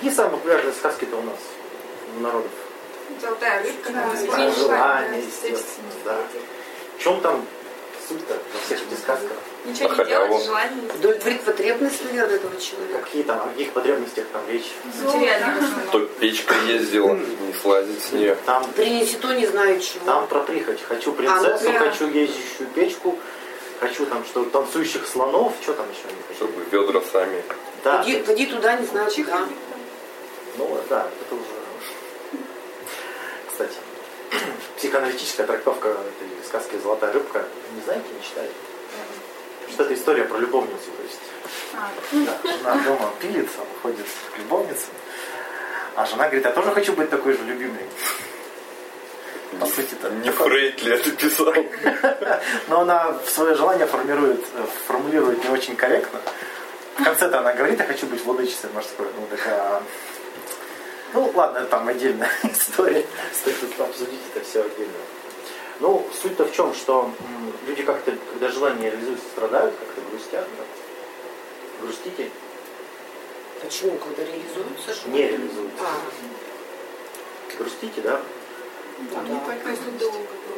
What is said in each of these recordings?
какие самые популярные сказки-то у нас, у народов? Золотая рыбка, Желание, естественно, да. В чем там суть-то во всех этих сказках? Ничего не делать, желание. Удовлетворить потребность, наверное, этого человека. Какие там, о каких потребностях там речь? То печка ездила, не слазить с нее. Там, Принеси то, не знаю чего. там про прихоть. Хочу принцессу, да. хочу ездящую печку, хочу там что танцующих слонов, что там еще не хочу. Чтобы ведра сами. Да. Поди туда, не знаю, куда. Ну да, это уже. Кстати, психоаналитическая трактовка этой сказки «Золотая рыбка». Не знаете, не читали? Что это история про любовницу, то есть. Да, жена дома пилится, уходит к любовнице. А жена говорит, я тоже хочу быть такой же любимой. По сути, там. Не Фрейд ли это писал? Но она свое желание формулирует не очень корректно. В конце-то она говорит, я хочу быть владычицей морской. Ну, такая... Ну, ладно, это там отдельная история. Стоит обсудить это все отдельно. Ну, суть-то в чем, что люди как-то, когда желания реализуются, страдают, как-то грустят, да? Грустите? Почему, когда реализуются? Что Не реализуются. Грустите, да? Не только если долго.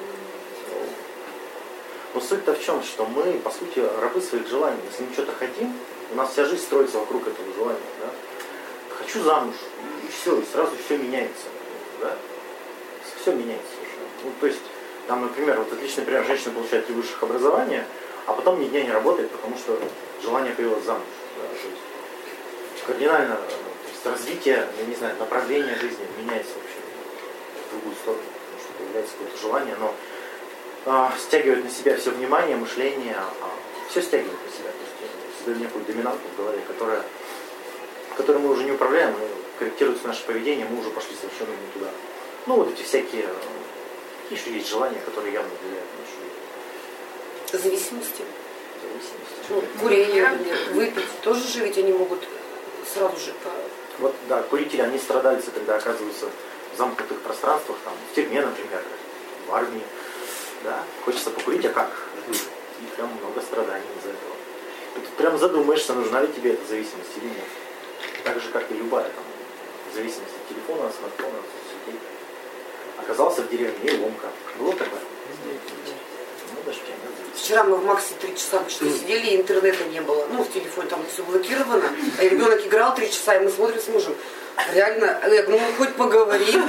Но суть-то в чем, что мы, по сути, рабы своих желаний. Если мы что-то хотим, у нас вся жизнь строится вокруг этого желания, да? Хочу замуж, и все, и сразу все меняется, да? Все меняется совершенно. Ну, то есть, там, например, вот отличный пример, женщина получает 3 высших образования, а потом ни дня не работает, потому что желание появилось замуж. Да? То есть, кардинально, то есть развитие, я не знаю, направление жизни меняется вообще в другую сторону, потому что появляется какое-то желание, но стягивает на себя все внимание, мышление, все стягивает на себя, то есть создает некую доминанту в голове, которой мы уже не управляем, корректируется наше поведение, мы уже пошли совершенно не туда. Ну вот эти всякие, какие еще есть желания, которые явно влияют на нашу жизнь. Зависимости. Ну, курение, выпить. Тоже же ведь они могут сразу же Вот, да, курители, они страдаются, когда оказываются в замкнутых пространствах, там, в тюрьме, например, в армии. Да? Хочется покурить, а как? И прям много страданий из-за этого. И тут прям задумаешься, нужна ли тебе эта зависимость или нет. Так же, как и любая там, зависимость от телефона, от смартфона, от соцсетей. Оказался в деревне и ломка. Было такое? Ну, даже нет. Вчера мы в Максе 3 часа почти сидели, и интернета не было. Ну, в телефоне там все блокировано. А ребенок играл 3 часа, и мы смотрим с мужем. Реально, я говорю, ну хоть поговорим.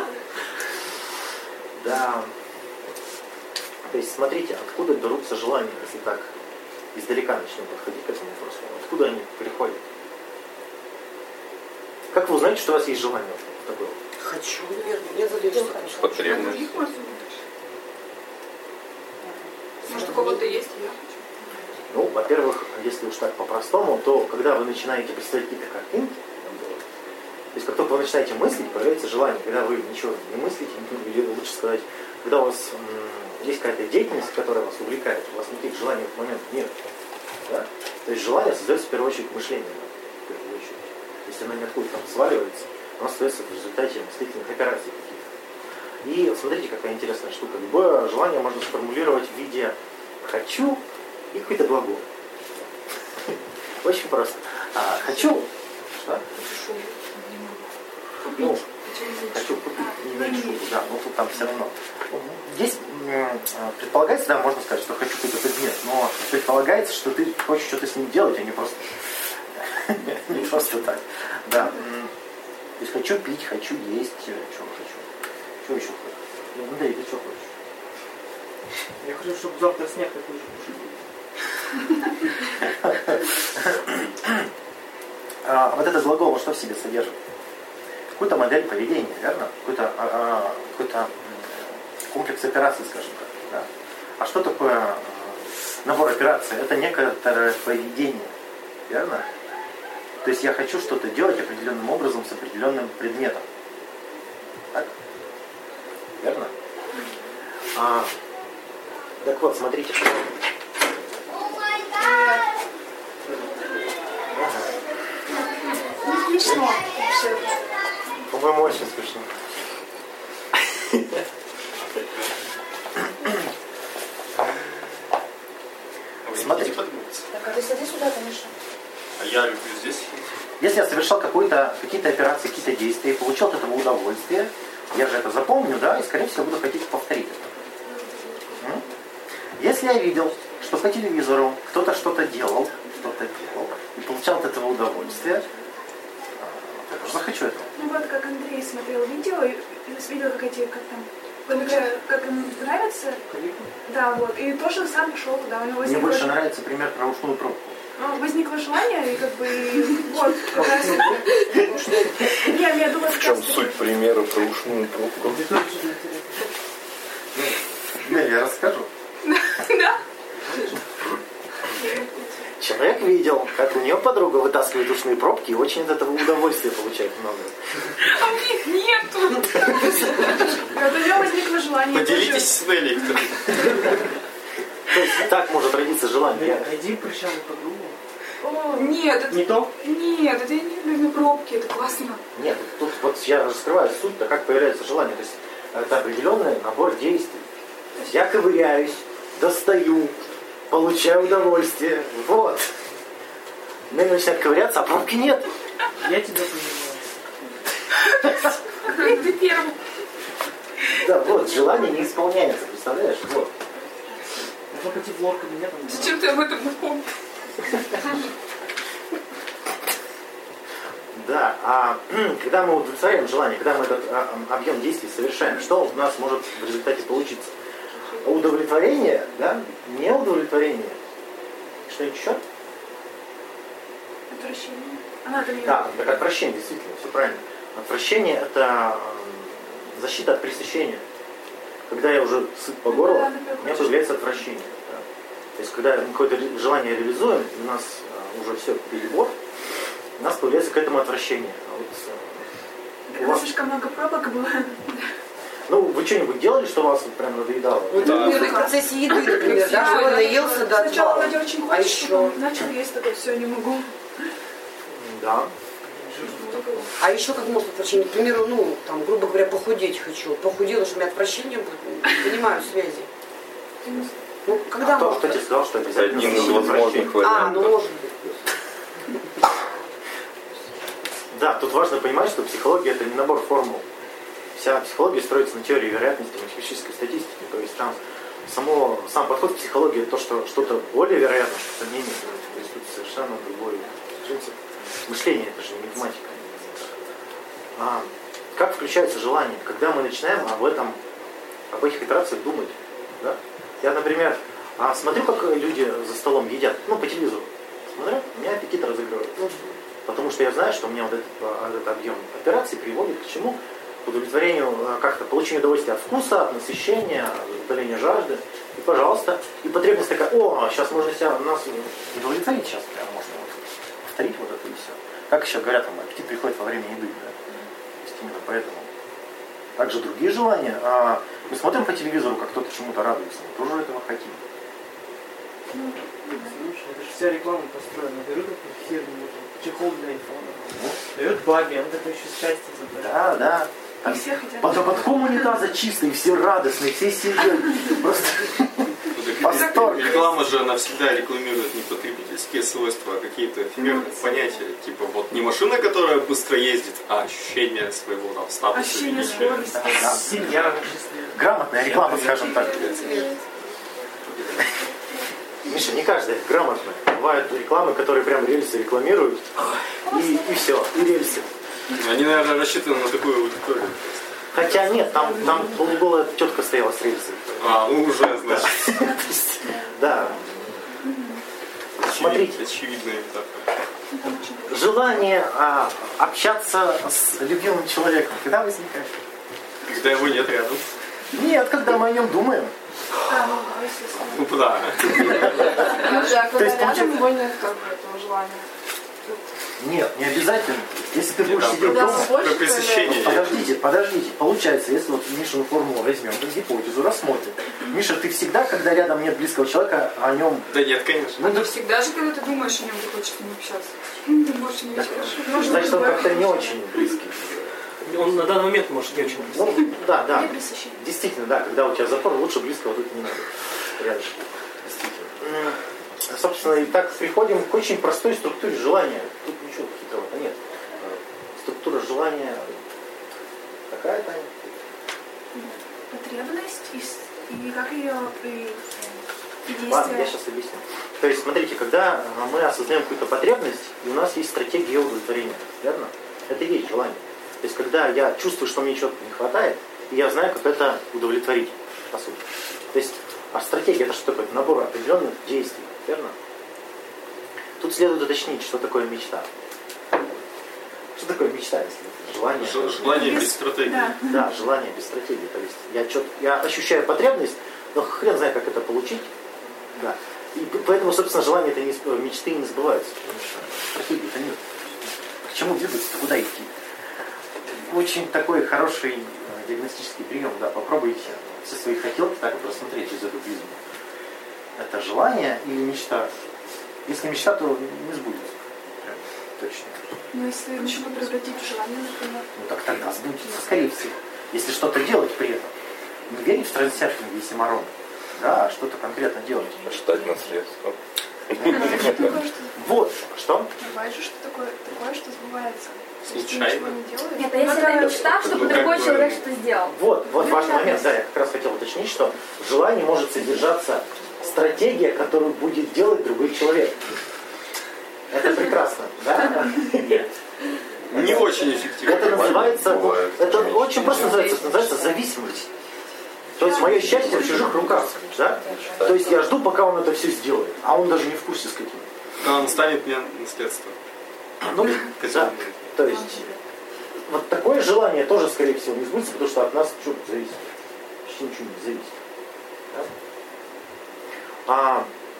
Да. То есть, смотрите, откуда берутся желания, если так издалека начнем подходить к этому вопросу. Откуда они приходят? Как вы узнаете, что у вас есть желание такое? Хочу, наверное. Нет задержки. Потребность. Может, у кого-то есть, я хочу. Ну, во-первых, если уж так по-простому, то когда вы начинаете представлять какие-то картинки, то есть как только вы начинаете мыслить, появляется желание. Когда вы ничего не мыслите, или лучше сказать, когда у вас есть какая-то деятельность, которая вас увлекает, у вас никаких желаний в этот момент нет. Да? То есть желание создается в первую очередь мышлением. В первую очередь. Если оно ниоткуда там сваливается, оно остается в результате мыслительных операций каких-то. И смотрите, какая интересная штука. Любое желание можно сформулировать в виде «хочу» и какой-то глагол. Очень просто. Хочу. Что? Ну, хочу купить, не меньше, да, но тут там все равно. Здесь предполагается, да, можно сказать, что хочу какой-то предмет, но предполагается, что ты хочешь что-то с ним делать, а не просто не просто так. Да. То есть хочу пить, хочу есть, что хочу. Что еще хочешь? Андрей, ты что хочешь? Я хочу, чтобы завтра снег такой же. Вот этот глагол, что в себе содержит? Какую-то модель поведения, верно? Какой-то комплекс операций, скажем так. Да? А что такое набор операций? Это некоторое поведение, верно? То есть я хочу что-то делать определенным образом с определенным предметом. Так? Верно? Так вот, смотрите, что... Не смешно. По-моему, очень смешно. А вы Смотри. не подумайте. Так, а ты сади сюда, конечно. А я люблю здесь сидеть. Если я совершал какие-то операции, какие-то действия, и получал от этого удовольствие, я же это запомню, да, и, скорее всего, буду хотеть повторить это. Если я видел, что по телевизору кто-то что-то делал, и получал от этого удовольствие, я тоже захочу этого. Ну вот как Андрей смотрел видео, и видел, как ему нравится. Да, вот. И тоже сам пошел туда. У него Мне больше нравится пример про ушную пробку. Возникло желание, и вот, как раз... Я думаю, В чем суть примера про ушную пробку? Я расскажу. Да. Человек видел, как у нее подруга вытаскивает ушные пробки и очень от этого удовольствие получает много. А у них нету. Как у него возникло желание... Поделитесь с Нелли. То есть так может родиться желание. Найди прыщавую подругу. Нет, это... Не то? Нет, это я не люблю пробки, это классно. Нет, тут вот я раскрываю суть-то, как появляется желание. То есть это определенный набор действий. То есть я ковыряюсь, достаю, получаю удовольствие. Вот. Нелли начинает ковыряться, а пробки нет. Я тебя понимаю. Какой ты первый? Да, вот, желание не исполняется, представляешь? Вот. Можно пойти в лор кабинет. Зачем ты об этом напомнил? Да, а когда мы удовлетворяем желание, когда мы этот объем действий совершаем, что у нас может в результате получиться? Удовлетворение, да? Не удовлетворение. Что-нибудь еще? Отвращение. Да, так отвращение, действительно, все правильно. Отвращение – это защита от пресыщения. Когда я уже сыт по горло, у меня появляется отвращение. Да. То есть, когда мы какое-то желание реализуем, у нас уже все перебор, у нас появляется к этому отвращение. А вот, Когда слишком много пробок было. ну, вы что-нибудь делали, что вас вот прям надоедало? Например, в процессе еды, например, да, что наелся до Сначала отвала. вроде очень А хочешь, еще? потом начал есть, такой, все, не могу. Да. А еще как может отвращение? К примеру, ну, там, грубо говоря, похудеть хочу. Похудела, что у меня отвращение будет. Не понимаю связи. Ну, когда Кто можно? тебе сказал, что Это обязательно? один из возможных А, вариантов. ну может быть. Да, тут важно понимать, что психология это не набор формул. Вся психология строится на теории вероятности, математической статистики. То есть там сам подход к психологии то, что что-то более вероятно, что-то менее. То есть тут совершенно другой принцип мышления, это же не математика. Как включается желание? Когда мы начинаем об этих операциях думать. Да? Я, например, смотрю, как люди за столом едят, ну, по телевизору. Смотрю, у меня аппетит разыгрывает. Потому что я знаю, что у меня вот этот объем операций приводит к чему? К удовлетворению, как-то получению удовольствия от вкуса, от насыщения, от удаления жажды. И, пожалуйста, и потребность такая, сейчас можно нас удовлетворить, сейчас прям можно повторить вот это и все. Как еще говорят, там, аппетит приходит во время еды. Да? То есть именно поэтому. Также другие желания. Мы смотрим по телевизору, как кто-то чему-то радуется. Мы тоже этого хотим. Слушай, это же вся реклама построена. Берут эту херню, чехол для айфона. Дают баги, он такой еще счастье забирает. Да. И все хотят. Подком унитаза чистый, все радостные, все сидят. Просто восторг. Реклама же навсегда рекламирует не потребительские свойства, а какие-то эфемерные понятия. Типа вот не машина, которая быстро ездит, а ощущение своего там статуса. Ощущение величия. скорости. Да. Семья счастливая. Грамотная реклама, скажем так. Миша, не каждая грамотная. Бывают рекламы, которые прям рельсы рекламируют. И все, и рельсы. Они, наверное, рассчитаны на такую аудиторию. Хотя нет, там полуголая тетка стояла с рельсами. Уже, значит. Да. Смотрите. Очевидная метафора. Желание общаться с любимым человеком. Когда возникает? Когда его нет рядом. Нет, когда мы о нем думаем. Естественно. Ну да. Ну да, То есть, когда рядом его нет как бы этого желания. Нет, не обязательно. Если ты будешь сидеть Да, дома... больше Про пресыщение. Подождите. Получается, если вот Мишину формулу возьмем, как гипотезу, рассмотрим. Миша, ты всегда, когда рядом нет близкого человека, о нем... Да нет, конечно. Ну всегда же, когда ты думаешь о нем, ты хочешь с ним общаться. Ты можешь не общаться. Значит, он как-то не очень близкий. Он на данный момент может не очень. Ну, да. Не пресыщение. Действительно, да, когда у тебя запор, лучше близкого тут не надо. Реально. Действительно. собственно, и так приходим к очень простой структуре желания. Тут ничего хитрого-то нет. Структура желания какая-то. Потребность и как ее и Ладно, я действие. сейчас объясню. То есть, смотрите, когда мы осознаем какую-то потребность, и у нас есть стратегия ее удовлетворения, верно? Это и есть желание. То есть, когда я чувствую, что мне чего-то не хватает, и я знаю, как это удовлетворить, по сути. То есть, а стратегия это что такое? Набор определенных действий, верно? Тут следует уточнить, что такое мечта. Что такое мечта, если это желание? Желание без стратегии. Да. Да, желание без стратегии. То есть я ощущаю потребность, но хрен знает, как это получить. Да. И поэтому, собственно, желания это мечты не сбываются, потому что стратегии-то нет. К чему двигаться, куда идти? Очень такой хороший диагностический прием, да, попробуйте все свои хотелки так вот рассмотреть через эту призму. Это желание или мечта? Если мечта, то не сбудется. Прям точно. Но если мечту превратить в желание, например. Ну так тогда сбудется, скорее всего. Если что-то делать при этом. Не верить в трансерфинг и симарон, да, а что-то конкретно делать. Ждать наследство. Вот, что? Бывает же, что такое, что сбывается. Случайно. Если ничего не делаешь. Нет, а если это мечта, чтобы Ну, другой как бы- человек что сделал? Вот важный момент, да, я как раз хотел уточнить, что в желании может содержаться стратегия, которую будет делать другой человек. Это прекрасно, да? Нет. Не очень эффективно. Это называется, Бывает. это очень просто называется зависимость. То есть мое счастье в чужих руках, да? То есть я жду, пока он это все сделает, а он даже не в курсе с каким. Он станет мне наследством. Ну, да. То есть вот такое желание тоже, скорее всего, не сбудется, потому что от нас что зависит. Почти ничего не зависит. Да?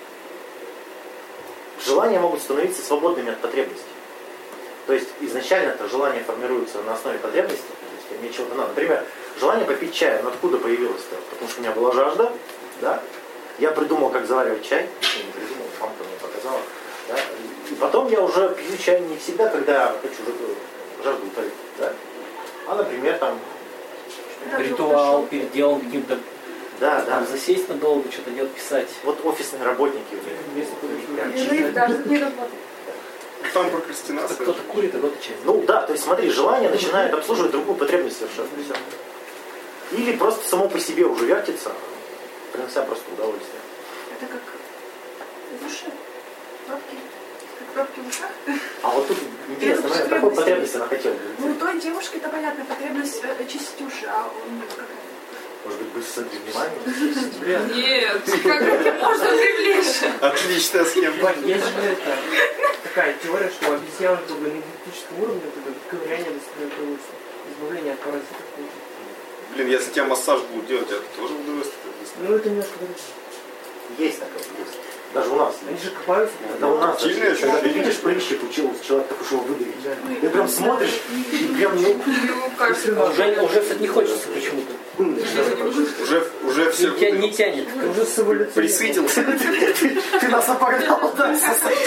Желания могут становиться свободными от потребностей. То есть изначально это желание формируется на основе потребностей. То есть мне чего-то надо. Например, желание попить чай. Ну откуда появилось-то? Потому что у меня была жажда. Да? Я придумал, как заваривать чай. Я не придумал, мамка мне показала. Да? И потом я уже пью чай не всегда, когда хочу жажду утолить. Да? А, например, там... Ритуал перед делом каким-то, Да, там, да. засесть надолго, что-то делать, писать. Вот офисные работники. Вместо того, чтобы Перерыв даже не работает. Там А прокрастинация. кто-то курит, а кто-то чай. Ну да, то есть смотри, желание начинает обслуживать другую потребность совершенно. Всё. Или просто само по себе уже вертится, принося просто удовольствие. Это как в уши, пробки. Как пробки в ушах. А вот тут интересно, Это какую потребность. потребность она хотела Ну, у бы? той девушки это понятно, потребность очистить уши, а у нее какая? Может быть, быть центре внимания? Нет, как это можно привлечь? Отличная схема. Вань, есть же это, такая теория, что у обезьян как бы на генетическом уровне вот это ковыряние доставляет удовольствие. Избавление от паразитов. Блин, если тебя массаж будут делать, это тоже удовольствие. Ну это немножко другое. Есть такое, есть. Даже у нас Они есть. же копаются. Да у нас, Сильное даже, когда ты ощущение. видишь прыщик, учил человек так уж его выдавить. Да. Ты прям смотришь, и прям, ну, Ему кажется, Уже, кстати, не хочется почему-то. Уже все Не тянет. Ты уже с эволюцией. присытился. ты нас опогнал, да?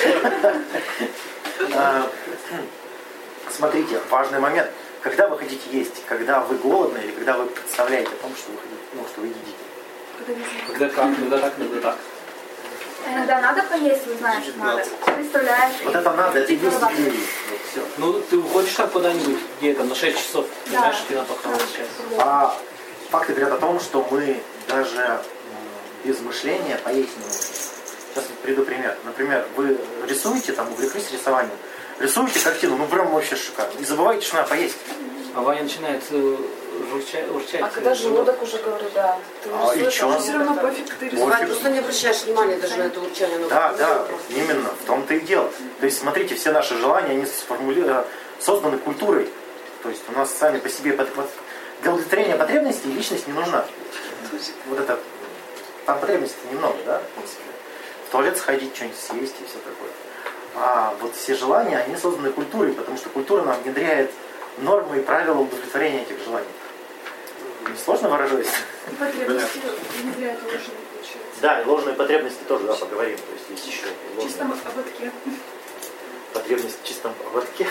Смотрите, важный момент. Когда вы хотите есть, когда вы голодны или когда вы представляете о том, что вы хотите, ну, что вы едите. Когда как, иногда так, иногда так. Иногда надо поесть, вы знаешь, что надо. Представляешь. Вот это надо, это и есть идея. Вот все. Ну, ты уходишь там куда-нибудь, где там на 6 часов, Да. знаешь, тебе надо похавать сейчас. А факты говорят о том, что мы даже без мышления поесть не можем. Сейчас вот приведу пример. Например, вы рисуете, там, увлеклись рисованием, рисуете картину, ну прям вообще шикарно. И забываете, что надо поесть. А Ваня начинает урчать. А когда желудок уже говорит, да, ты А, и рисуешь, чё? а Все равно пофиг, ты Пофиг. рисуешь. Вань, просто не обращаешь внимания даже на это урчание. оно Да, как-то да, просто. именно, в том-то и дело. То есть, смотрите, все наши желания, они созданы культурой. То есть у нас сами по себе для удовлетворения потребностей личность не нужна. Вот это, там потребностей немного, да, в принципе. В туалет сходить, что-нибудь съесть и все такое. А вот все желания, они созданы культурой, потому что культура нам внедряет нормы и правила удовлетворения этих желаний. Не сложно выражаюсь? Потребности внедряют ложные, получается. Да, и ложные потребности тоже, да, поговорим. То есть есть еще В чистом ложные ободке. потребности в чистом ободке.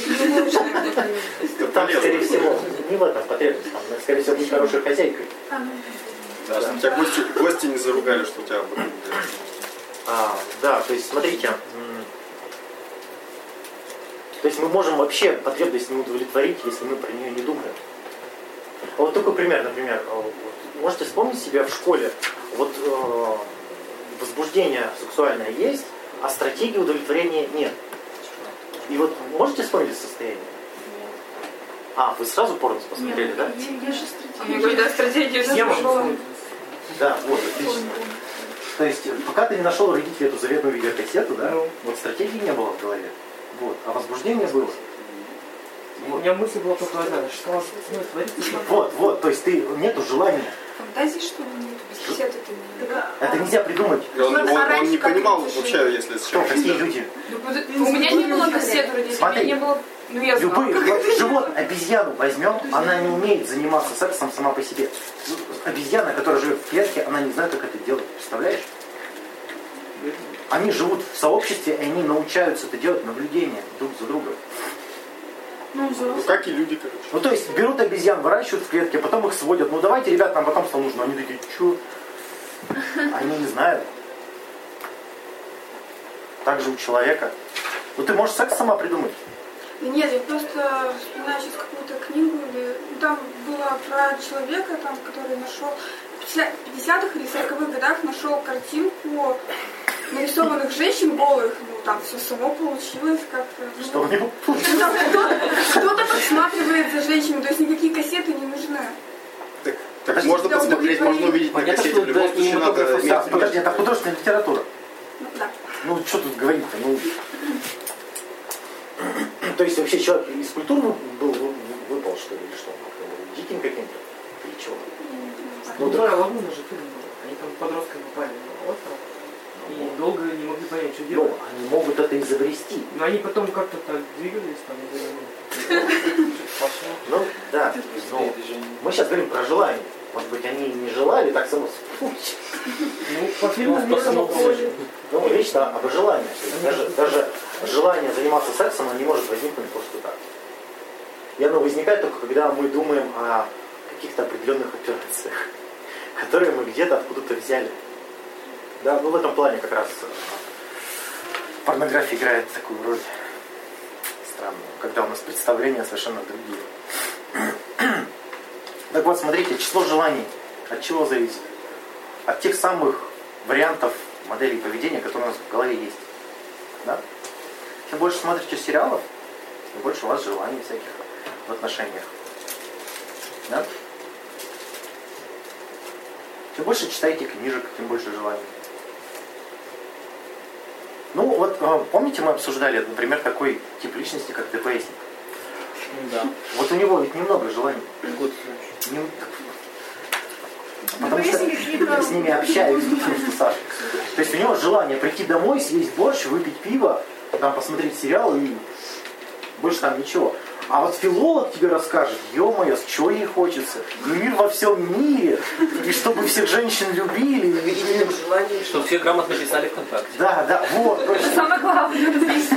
Это Там, скорее полезно. всего, не в этом потребность, там, скорее всего, быть хорошей хозяйкой. А, ну, Да, чтобы тебя гости не заругали, что у тебя Да, то есть, смотрите, то есть мы можем вообще потребность не удовлетворить, если мы про нее не думаем. Вот такой пример, например, можете вспомнить себя в школе, вот возбуждение сексуальное есть, а стратегии удовлетворения нет. И вот можете вспомнить это состояние? Вы сразу порно посмотрели, да? Я же стратегия. Я говорю, да, стратегия Я уже могу была. вспомнить. Да, вот, отлично. То есть, пока ты не нашел родителей эту заветную видеокассету, да, вот стратегии не было в голове. Вот, а возбуждение было. У меня мысль была только одна, что творится. Вот, то есть нету желания. Фантазии, что ли, нет? Без кассеты ты не... Это нельзя придумать. И он не понимал вообще, если с Что, чем какие люди? У меня не было кассет, вроде, у Смотри. меня не было... Ну, я знала. Любые, животное, обезьяну возьмем, она не умеет заниматься сексом сама по себе. Обезьяна, которая живет в клетке, она не знает, как это делать. Представляешь? Они живут в сообществе, и они научаются это делать, наблюдение друг за другом. Ну, как и люди, короче. Ну, то есть, берут обезьян, выращивают в клетке, потом их сводят. Ну, давайте, ребят, нам потомство нужно. Они такие, что? Они не знают. Так же у человека. Ну, ты можешь секс сама придумать. Да нет, я просто вспоминаю сейчас какую-то книгу, там было про человека, который нашел в 50-х или 40-х годах нашел картинку нарисованных женщин голых, там все само получилось как-то. Что не Кто-то подсматривает за женщиной, то есть никакие кассеты не нужны. Так можно посмотреть, можно увидеть на Понятно, кассете. В любом случае надо Да, подожди, это художественная литература. Да. Ну, что тут говорить-то? Ну, то есть вообще человек из культуры выпал, что ли, или что? Диким каким-то? Или чего? Ну, да, лагуна же фильм был. Они там подростками попали на остров. И долго не могли понять, что делать. Ну, они могут это изобрести. Но они потом как-то так двигались, там, Ну, да. Но мы сейчас говорим про желание. Может быть, они не желали, так само... Ну, по фильму не само похоже. Ну, речь об желании. Даже желание заниматься сексом, оно не может возникнуть просто так. И оно возникает только, когда мы думаем о каких-то определенных операциях, которые мы где-то откуда-то взяли. Да, ну в этом плане как раз порнография играет такую роль странную, когда у нас представления совершенно другие. Так вот, смотрите, число желаний от чего зависит? От тех самых вариантов моделей поведения, которые у нас в голове есть. Да? Чем больше смотрите сериалов, тем больше у вас желаний всяких в отношениях. Да? Чем больше читаете книжек, тем больше желаний. Ну вот, помните, мы обсуждали, например, такой тип личности, как ДПСник? Да. Вот у него ведь немного желаний. Потому что я с ними общаюсь, Саша. То есть у него желание прийти домой, съесть борщ, выпить пиво, там посмотреть сериал и больше там ничего. А вот филолог тебе расскажет, ё-моё, с чего ей хочется? И мир во всем мире, и чтобы всех женщин любили. Желание. Чтобы все грамотно писали ВКонтакте. Да, вот. Это самое главное.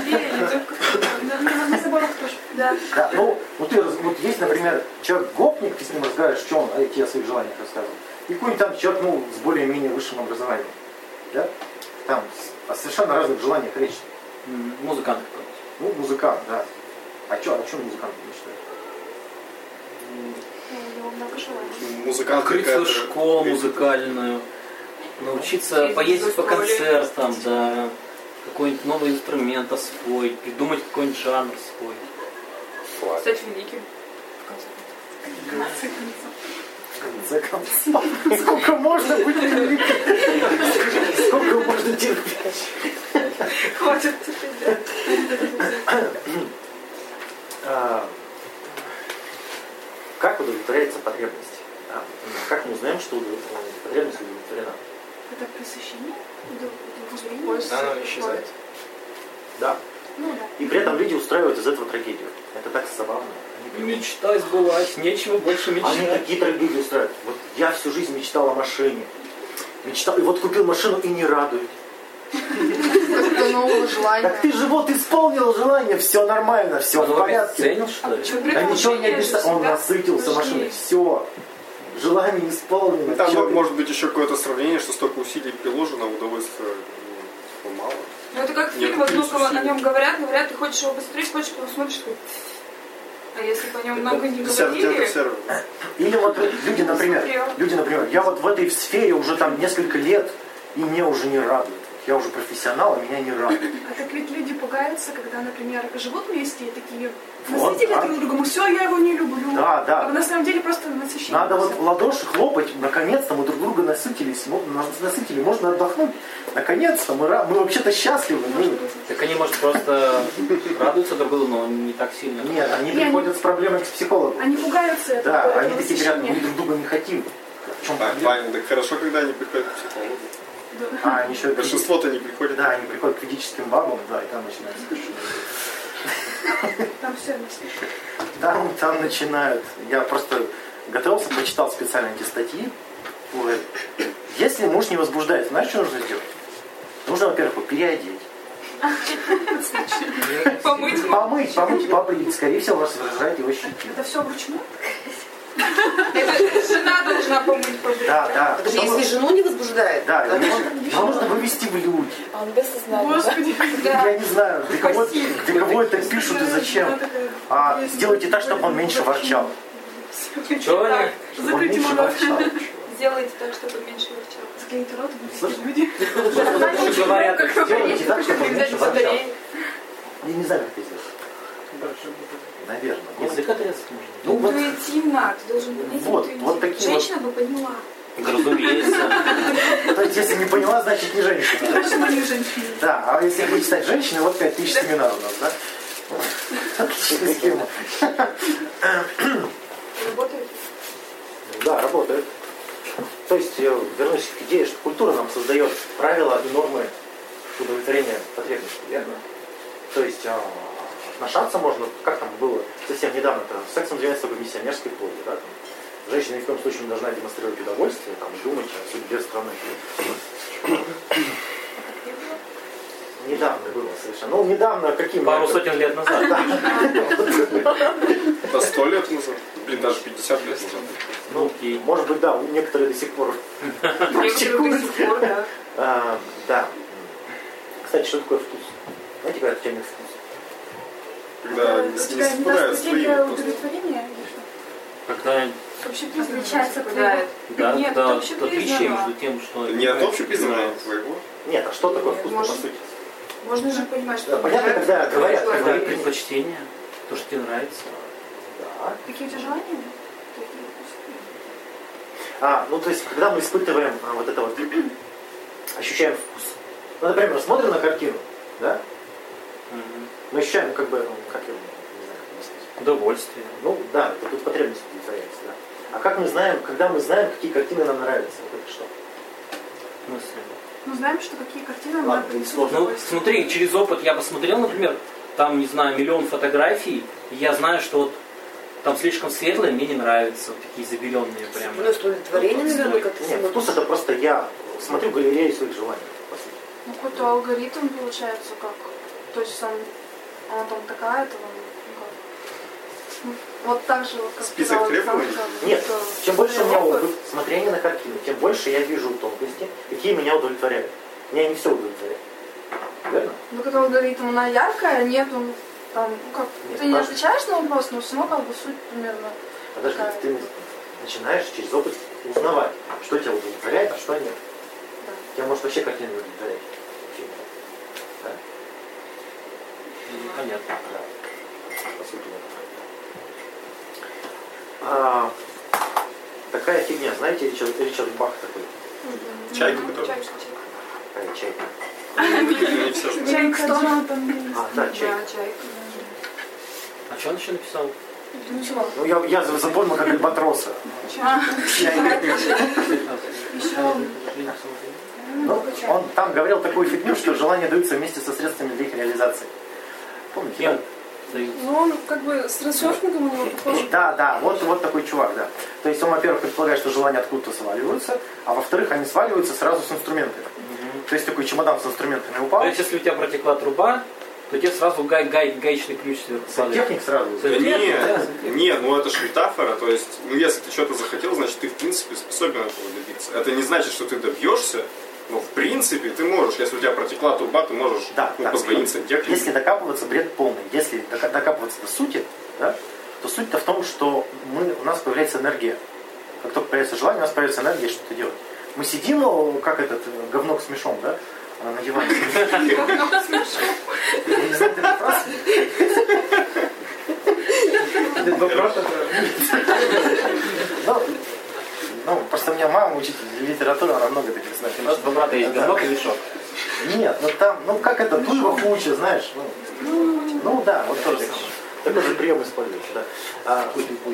На заборах тоже. Да, ну, вот есть, например, человек гопник, ты с ним разговариваешь, что он о своих желаниях рассказывает. И какой-нибудь там человек, с более-менее высшим образованием. Да? Там о совершенно разных желаниях речь. Музыкант. Ну, музыкант, да. А что музыкант мечтает? Музыкант Открыть свою школу музыкальную, научиться поездить по концертам, да, какой-нибудь новый инструмент освоить, придумать какой-нибудь жанр свой. Стать великим. В конце концов. Сколько можно быть великим? Сколько можно терпеть? Хватит теперь. Как удовлетворяется потребность? Как мы узнаем, что потребность удовлетворена? Это пресыщение? Она исчезает. Да. Ну да. И при этом люди устраивают из этого трагедию. Это так забавно. Мечта сбылась, нечего больше мечтать. Они такие трагедии устраивают. Вот я всю жизнь мечтал о машине. Мечтал, и вот купил машину и не радует. Это новое желание. Так ты же вот исполнил желание, все нормально, все в порядке. Ценил, что ли? Да ничего не обещал, он насытился машиной, все. Желание исполнено. Там может быть еще какое-то сравнение, что столько усилий приложено, удовольствие этого мало. Ну это как в Некоторые фильмах, много о усилия. нем говорят, ты хочешь его посмотреть, хочешь его смотришь, такой, а если по нем много не Десятый говорили, сервер. Или вот люди, например, я вот в этой сфере уже там несколько лет, и мне уже не радует. Я уже профессионал, а меня не радует. А так ведь люди пугаются, когда, например, живут вместе и такие Вот, насытили да. друг друга, все, я его не люблю. Да, да. А на самом деле просто насыщение. Надо вот в ладоши хлопать, наконец-то мы друг друга насытились, насытили, можно отдохнуть. Наконец-то мы вообще-то счастливы. Так они, может, просто радуются друг другу, но не так сильно. Нет, они приходят с проблемой к психологу. Они пугаются этого. Да, этого они такие говорят, мы насыщения. друг друга не хотим. В чем проблема? Ваня, так хорошо, когда они приходят к психологу. Они еще Большинство-то не приходят. Да, они приходят к ведическим бабам, да, и там начинается. Там все насыщение. Там начинают. Я просто готовился, прочитал специально эти статьи. Ой. Если муж не возбуждает, знаешь, что нужно сделать? Нужно, во-первых, его переодеть. Помыть, побрить. Скорее всего, вас раздражает его щеки. Это все вручную? это жена должна помыть, побрить. Да. Потому что если жену не возбуждает, Да, то его нужно вывести в люди. Он без сознания. Господи. Я не знаю, для кого это пишут и зачем. Сделайте так, чтобы он меньше ворчал. Что они? Чтобы он меньше ворчал. Сделайте так, чтобы меньше ворчал. Заклеите рот, близкие люди. Что говорят? Сделайте так, чтобы он меньше ворчал. Батареи. Я не знаю, как это сделать. Наверное. Язык отрезать можно. Ну вот, Интуитивно, ты должен понять вот интуитивно. такие Женщина бы поняла. Разумеется. то есть, если не поняла, значит не женщина. Точно не женщины. Да, а если хотите стать женщиной, вот 5000 семинаров у нас, да? Отличная схема. Работает? Да, работает. То есть, вернусь к идее, что культура нам создает правила и нормы удовлетворения потребностей, верно? То есть, отношаться можно, как там было совсем недавно, сексом занимается только миссионерской плоти, да? Женщина ни в коем случае не должна демонстрировать удовольствие, там, думать о судьбе страны. Недавно было совершенно. Ну, недавно каким? Пару сотен лет назад. Это 100 лет назад. Блин, даже 50 лет назад. Ну, может быть, да, некоторые до сих пор. Некоторые до сих пор, да. Да. Кстати, что такое вкус? Знаете, когда у тебя нет вкуса? Когда не совпадают с твоими вкусами. Удовлетворение или что? Когда Отличается от Совпадает. да, Нет, да, это общепризнанно. отличие между тем, что... Не от общепризнанного твоего. Нет, а что такое вкус, по Может, сути? Можно же понимать, что... Да, понятно, когда говорят, человек. Твои предпочтения, то, что тебе нравится. Да. Какие у тебя желания? Ну, то есть, когда мы испытываем вот это вот, ощущаем вкус. Ну, например, смотрим на картину, да? Мы ощущаем, как бы, как я не знаю, как сказать. Удовольствие. Ну, да, это тут потребность удовлетворяется, да. А как мы знаем, когда мы знаем, какие картины нам нравятся? Вот это что? Мысли. Мы знаем, что какие картины нам Ладно, принесут сложно. Ну, удовольствие. смотри, через опыт я посмотрел, например, там, не знаю, миллион фотографий, и я знаю, что вот там слишком светлые, мне не нравятся, вот такие забеленные прямо. плюс удовлетворение, наверное, как-то Нет, вкус это просто я смотрю галерею своих желаний, по сути. Ну, какой-то алгоритм получается как. То есть она там такая-то, вот так же, вот как Список сказала требований? Александра, Нет, это чем больше у меня опыт. опыт смотрения на картину, тем больше я вижу тонкости, какие меня удовлетворяют. Меня не все удовлетворяет. Верно? Ну, когда алгоритм, она яркая, нету там, как, Нет, ты не важно. отвечаешь на вопрос, но все равно как бы суть примерно. Подожди, такая. ты начинаешь через опыт узнавать, что тебя удовлетворяет, а что нет. Да. Тебя может вообще картина не удовлетворять. Вообще нет. Да? Понятно. Да. По сути, такая фигня, знаете, Ричард Бах такой. Чайка, который... Такая чайка. Не все знают. Чайка, что она там есть? Да, чайка. Да, чайка. А что он еще написал? Ничего. Ну, я запомнил как альбатроса. Ну, он там говорил такую фигню, что желания даются вместе со средствами для их реализации. Помните? Кем Да? дают? Ну, он как бы с трансерфингом у него похож. Да, вот такой чувак, да. То есть он, во-первых, предполагает, что желания откуда-то сваливаются, а во-вторых, они сваливаются сразу с инструментами. То есть такой чемодан с инструментами упал. То есть, если у тебя протекла труба, то тебе сразу гаечный ключ сверху падает. Техник сразу. Нет, ну это же метафора, то есть, ну если ты что-то захотел, значит ты в принципе способен этого добиться. Это не значит, что ты добьешься, Ну, в принципе, ты можешь, если у тебя протекла труба, ты можешь позвонить сантехнику. Если докапываться, бред полный. Если докапываться до сути, да, то суть-то в том, что у нас появляется энергия. Как только появляется желание, у нас появляется энергия что-то делать. Мы сидим, как этот говнок с мешом, да, на диване. Говнок с мешом. Я не знаю, это вопрос. Это вопрос, Ну, просто у меня мама учитель литературы, она много таких знает. У нас два брата есть, говнок и мешок. Нет, ну там, как это, туева хуча, знаешь. Ну да, вот тоже такой же прием используешь, да. Пуй.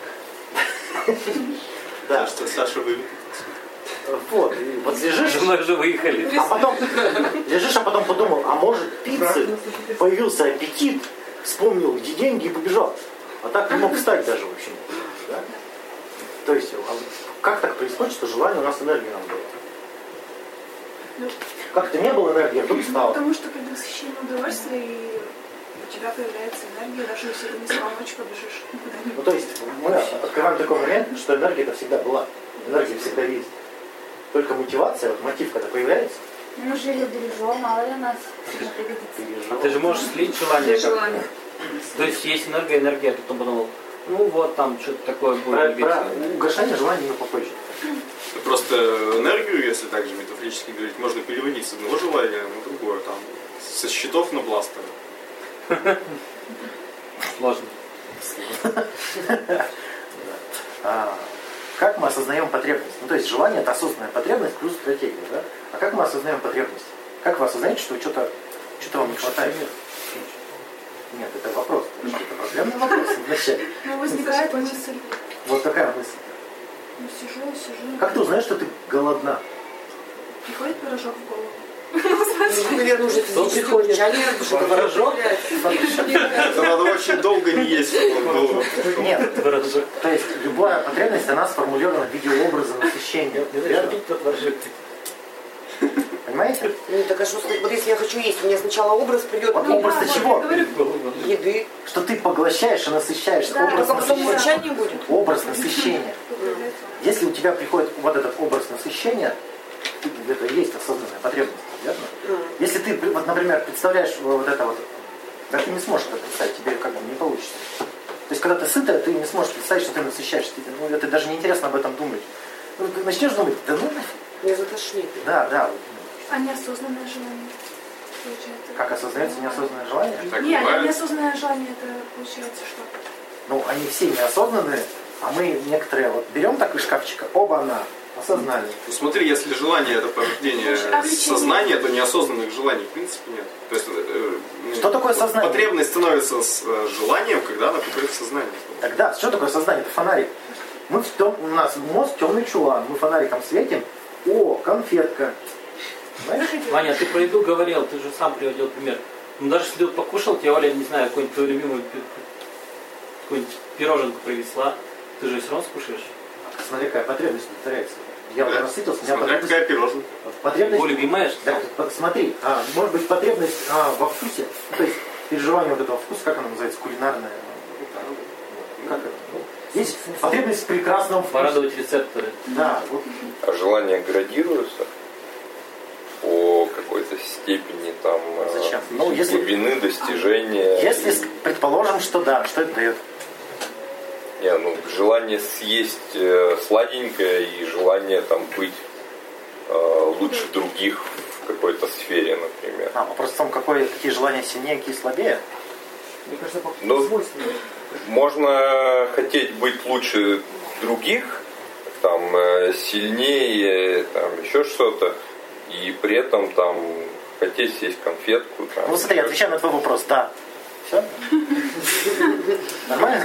Да. Что Саша вылетит. Вот, и вот лежишь. Мы уже выехали. А потом лежишь, а потом подумал, а может пиццы, появился аппетит, вспомнил, где деньги и побежал. А так не мог встать даже, в общем. Да? То есть, как так происходит, что желание у нас энергии нам было? Как-то не было энергии, а вдруг стало. Потому что когда насыщение удовольствия, и у тебя появляется энергия, даже если ты не спал ночь, побежишь никуда-нибудь. Ну, то есть, мы открываем такой момент, что энергия-то всегда была. Энергия всегда есть. Только мотивация, вот мотив, когда появляется. Мы жили бережем, мало ли нас пригодится. А ты же можешь слить желание. То есть есть энергия, а потом подумал, ну вот там что-то такое будет. Про угошение желания попозже. Просто энергию, если также метафорически говорить, можно переводить с одного желания на другое, там, со счетов на бластеры. Сложно. Как мы осознаем потребность? Ну, то есть желание – это осознанная потребность плюс стратегия, да? А как мы осознаем потребность? Как вы осознаете, что что-то вам не хватает? Нет, это вопрос. Это проблемный вопрос вначале. Ну, возникает мысль. Вот какая мысль? Ну, сижу. Как ты узнаешь, что ты голодна? Приходит пирожок в голову. Наверное, уже физически урчание, что Пирожок? Это надо очень долго не есть, чтобы он был. Нет. То есть любая потребность, она сформулирована в виде образа насыщения. Понимаете? Ну, так а что, вот если я хочу есть, у меня сначала образ придет. Вот образ-то чего? Еды. Что ты поглощаешь и насыщаешься. Да, образ только потом насыщения. урчание будет. Образ насыщения. Если у тебя приходит вот этот образ насыщения, это и есть осознанная потребность, верно? Если ты, вот, например, представляешь вот это вот, да ты не сможешь это представить, тебе как бы не получится. То есть, когда ты сытая, ты не сможешь представить, что ты насыщаешься. Ну, это даже неинтересно об этом думать. Ну, ты начнешь думать, да ну нафиг. Меня затошнит. Да. А неосознанное желание, получается? Как осознается неосознанное желание? Так Нет, бывает. неосознанное желание, это получается что? Ну, они все неосознанные, а мы некоторые вот берем так из шкафчика, оба-на, осознали. Ну, смотри, если желание это порождение сознания, то неосознанных желаний в принципе нет. То есть, Что такое сознание? Потребность становится с желанием, когда она приходит в сознание. Тогда, что такое сознание? Это фонарик. У нас мозг темный чулан, мы фонариком светим, конфетка. Знаешь? Ваня, ты про еду говорил, ты же сам приводил пример. Ну даже если ты покушал, тебе Оля, не знаю, какую-нибудь твою любимую какую-нибудь пироженку привезла, ты же все равно скушаешь. Смотри, какая потребность повторяется. Я уже насытился, у меня Смотря какая пироженка. потребность. Его любимая, что ли? Так, смотри, может быть потребность во вкусе, то есть переживание вот этого вкуса, как оно называется, кулинарное. Как это? Есть потребность в прекрасном вкусе. Порадовать рецепторы. Да, вот. А желания градируются по какой-то степени там Зачем? Ну, если, глубины достижения. если предположим, что да, что это дает? Желание съесть сладенькое и желание там быть лучше других в какой-то сфере, например. Вопрос в том, какие желания сильнее, какие слабее. Мне кажется, свойственно. Можно хотеть быть лучше других, там сильнее, там еще что-то, и при этом там хотеть съесть конфетку. Там, Ну смотри, отвечаю на твой вопрос, да. Все? Нормально?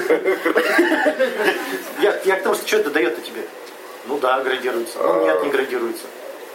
Я к тому, что это дает-то тебе? Ну да, градируется. Ну нет, не градируется.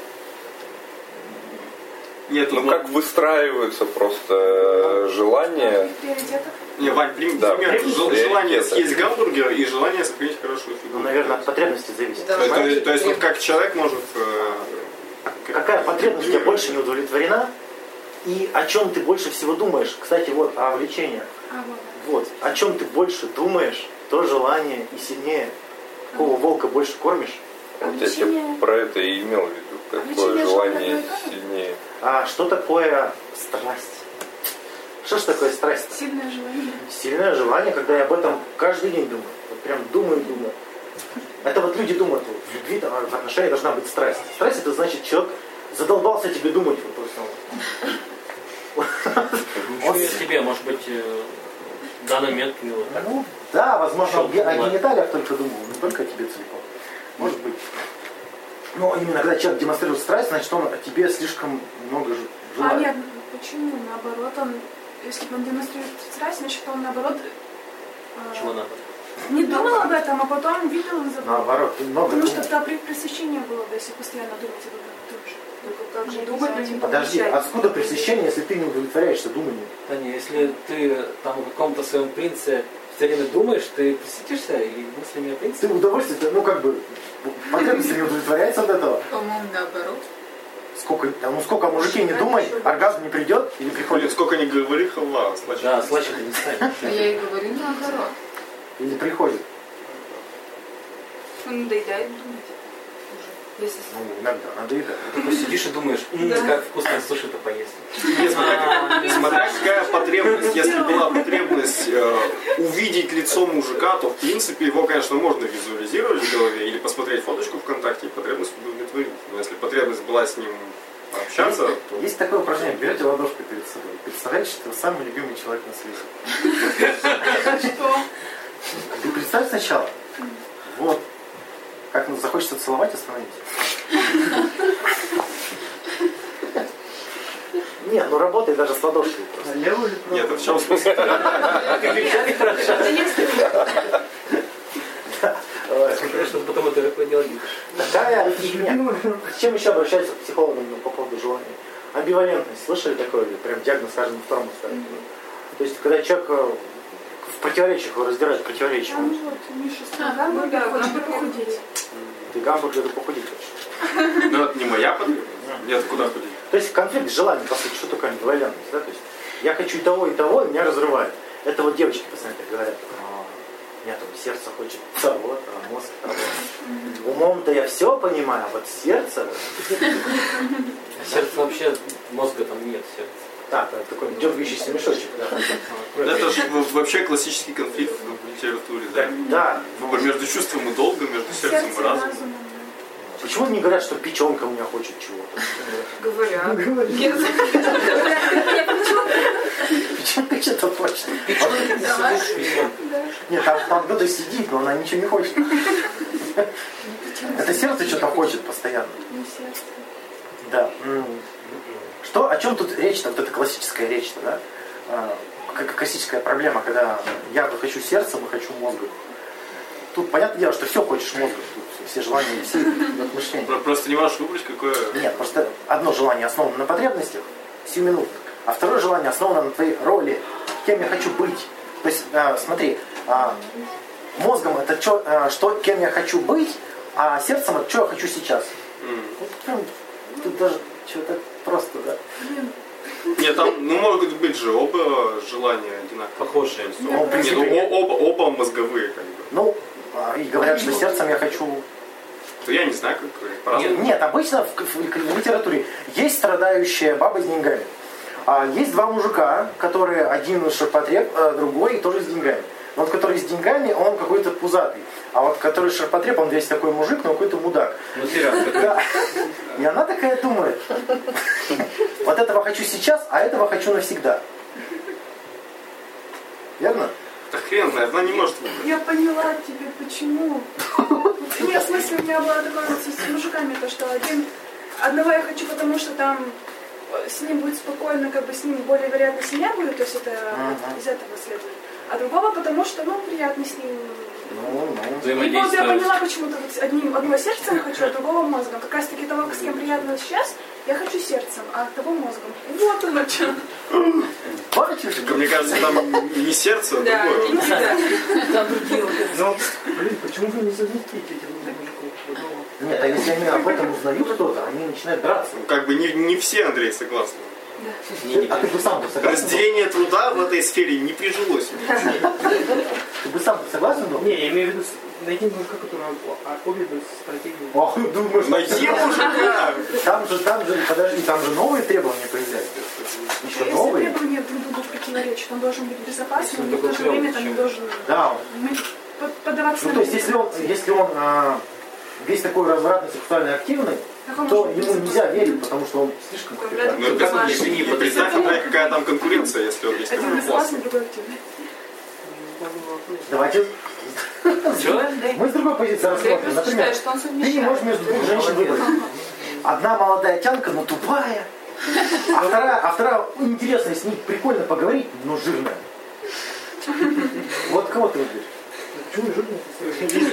Нет, как выстраиваются просто желания. Не, Вань, пример. Желание съесть гамбургер и желание сохранить хорошую фигуру. Ну, наверное, от потребности зависит. То есть, вот как человек может... Какая потребность у тебя больше не удовлетворена? И о чем ты больше всего думаешь? Кстати, вот, о влечении. Вот, о чем ты больше думаешь, то желание и сильнее. Какого волка больше кормишь, Вот я тебе про это и имел в виду, какое желание сильнее. А что такое страсть? Что ж такое страсть? Сильное желание. Сильное желание, когда я об этом каждый день думаю. Вот прям думаю. Это вот люди думают, вот, в любви, там, в отношениях должна быть страсть. Страсть это значит, человек задолбался тебе думать. Вот, просто. Ничего себе, может быть, в данный момент мило. Ну, да, возможно, о гениталиях только думал, не только о тебе целиком. Может быть. Но именно когда человек демонстрирует страсть, значит он о тебе слишком много желает. А нет, почему? Наоборот, он, если он демонстрирует страсть, значит он наоборот Чего надо? не думал об этом, а потом видел и забыл. Наоборот, ты много Потому думал. что тогда пресыщение было бы, если постоянно думать об одном и том же. Как же думать, но не Подожди, получается. откуда пресыщение, если ты не удовлетворяешься думанием? Да не, если ты там в каком-то своем принце все время думаешь, ты присытишься и мыслями о принце. Ты удовольствие, ну как бы, потребности не удовлетворяется от этого. По-моему, наоборот. Сколько мужики не думай, оргазм не придет или Блин, приходит. сколько не говори, халва, слышишь? Да, слаще ты не станет. А я и говорю наоборот. Или приходит. Он надоедает думать. Если Ну, иногда надоедает. Ты такой сидишь и думаешь, как вкусно суши-то поесть. Смотря какая потребность. Если была потребность увидеть лицо мужика, то в принципе его, конечно, можно визуализировать в голове или посмотреть фоточку ВКонтакте и потребность удовлетворить. Но если потребность была с ним общаться, то... Есть такое упражнение, берете ладошку перед собой. Представляете, что вы самый любимый человек на свете. Что? Ты представь сначала. Вот. Как захочется целовать, остановите. Нет, ну работай даже с ладошкой. просто. Левую или правую? Нет, в чем смысл? Конечно, потом это легко делать. Такая фигня. С чем еще обращаются к психологам по поводу желания? Амбивалентность. Слышали такое? Прям диагноз, скажем, на втором ставят. То есть, когда человек в противоречиях, его раздирает противоречия. А ну вот, Миша сказал, Ну да, хочет гамбургер похудеть. Ты гамбургер похудеть хочешь. Ну это не моя потребность. Нет, куда ходить? То есть конфликт желаний, по сути, что такое амбивалентность, да? То есть я хочу и того, и меня разрывает. Это вот девочки постоянно так говорят. У меня там сердце хочет того, а мозг того. Умом-то я все понимаю, а вот сердце... Сердце вообще, мозга там нет сердца. Так, это такой дергающийся мешочек, да. Это же вообще классический конфликт в литературе, да? Да. Выбор между чувством и долгом, между сердцем и разумом. Почему не говорят, что печенка у меня хочет чего-то? Говорят. Печенка что-то хочет. Нет, там кто-то сидит, но она ничего не хочет. Это сердце что-то хочет постоянно. Не сердце. Да. Что, о чем тут речь-то, вот эта классическая речь-то, да? Классическая проблема, когда я то хочу сердцем, и хочу мозгом. Тут понятное дело, что все хочешь мозгом, тут все желания, все мышления. Просто не можешь выбрать, какое... Нет, просто одно желание основано на потребностях, сиюминутных, а второе желание основано на твоей роли, кем я хочу быть. То есть, смотри, мозгом это кем я хочу быть, а сердцем это что я хочу сейчас. Тут даже что-то просто, да? Нет, там, могут быть же оба желания одинаковые. Похожие. Оба мозговые, как бы. Ну, и говорят, что сердцем я хочу... То я не знаю, как по-разному. Нет, обычно в литературе есть страдающая баба с деньгами. А есть два мужика, которые один ширпотреб, другой тоже с деньгами. Но вот который с деньгами, он какой-то пузатый. А вот который ширпотреб, он весь такой мужик, но какой-то мудак. Да. И она такая думает. Вот этого хочу сейчас, а этого хочу навсегда. Верно? Да хрен знает, она не может выбрать. Я поняла тебе, почему. Нет, в смысле, у меня была такая вот с мужиками, то, что одного я хочу, потому что там с ним будет спокойно, как бы с ним более вероятно семья будет, то есть это из этого следует. А другого, потому что, приятно с ним. И вот я поняла, почему-то вот одного сердцем хочу, а другого мозгом. Как раз таки того, с кем приятно сейчас, я хочу сердцем, а того мозгом. Вот оно что. Мне кажется, там не сердце, а другое. Там другие. Почему вы не совместите этих мужиков? Нет, а если они об этом узнают кто-то, они начинают драться. Как бы не все, Андрей, согласны. А ты бы сам согласен? Разделение труда в этой сфере не прижилось. Ты бы сам согласен был? Не, я имею в виду найти мужика, который обе стратегии. Ох, думаешь, Найти мужика! Там же, подожди, там же новые требования появляются. Еще Если новые. требования друг другу противоречат, он должен быть безопасным, Если но в то же такой время клёвый, там не чем- должен Да. поддаваться Ну, на то есть, если он весь такой развратный, сексуально активный, то ему нельзя верить, потому что он слишком капитальный. Ну, представь, какая там конкуренция, если он есть один такой безопасный, классный. другой активный. Давайте Чё? мы с другой позиции Я рассмотрим. просто Например, считаю, что он ты не совмещает. можешь между двух женщин выбрать. Одна молодая тянка, но тупая. А вторая интересная, с ней прикольно поговорить, но жирная. Вот кого ты выберешь? Почему жирный?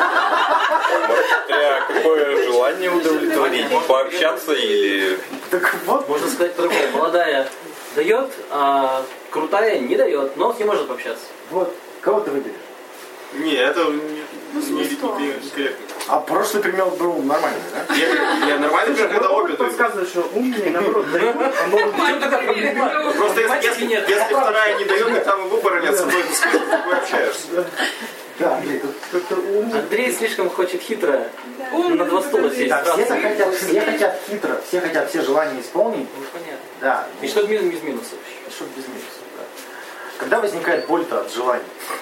Какое желание удовлетворить? Пообщаться или... Так вот, Можно сказать по-другому. Молодая дает, а крутая не дает, но с ней можно пообщаться. вот, кого ты выберешь? Не, это некорректно. А прошлый пример был нормальный, да? Я нормально, когда обе дают. Подсказывает, что умнее, наоборот, дают, а могут Просто если вторая не дает, и там выбора нет, с одной дискуссией, ты общаешься. Да, Андрей, тут как-то умнее. Андрей слишком хочет хитро на два стула сесть. да, сразу. все хотят хитро, все хотят все желания исполнить. Ну, понятно. Да, И что без минусов? чтобы без минусов, да. Когда возникает боль-то от желаний?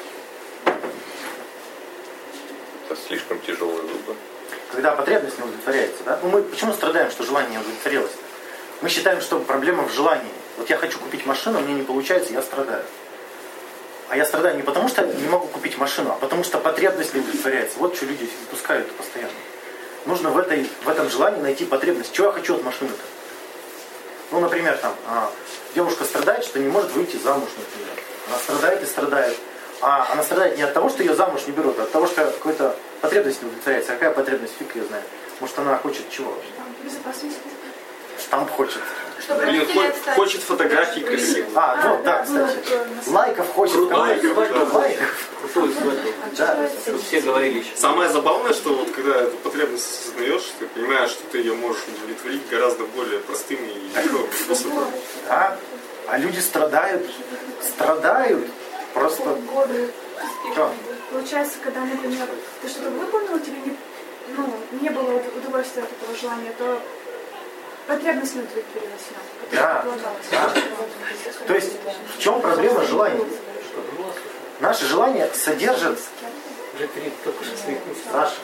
Это слишком тяжелый выбор. Когда потребность не удовлетворяется, да? Ну, мы почему страдаем, что желание не удовлетворилось? Мы считаем, что проблема в желании. Вот я хочу купить машину, мне не получается, я страдаю. А я страдаю не потому, что не могу купить машину, а потому что потребность не удовлетворяется. Вот что люди упускают постоянно. Нужно в этом желании найти потребность. Чего я хочу от машины-то? Ну, например, там, девушка страдает, что не может выйти замуж, например. Она страдает и страдает. А она страдает не от того, что ее замуж не берут, а от того, что какая-то потребность не удовлетворяется. Какая потребность, фиг ее знает. Может, она хочет чего? Безопасность. Штамп хочет. Чтобы Или родители отстали. хочет фотографии красивые. Вот, да, кстати. Лайков хочет. Крутую свадьбу. Лайков. Крутую свадьбу. Да. Чтобы все говорили еще. Самое забавное, что вот когда эту потребность осознаешь, ты понимаешь, что ты ее можешь удовлетворить гораздо более простыми и легкими способами. Да. А люди страдают. Страдают. Просто... Что? Получается, когда, например, ты что-то выполнил, тебе не было удовольствия от этого желания, то потребность не удовлетворилась. Да. То есть, в чем проблема желания? Наши желания содержат... Саша.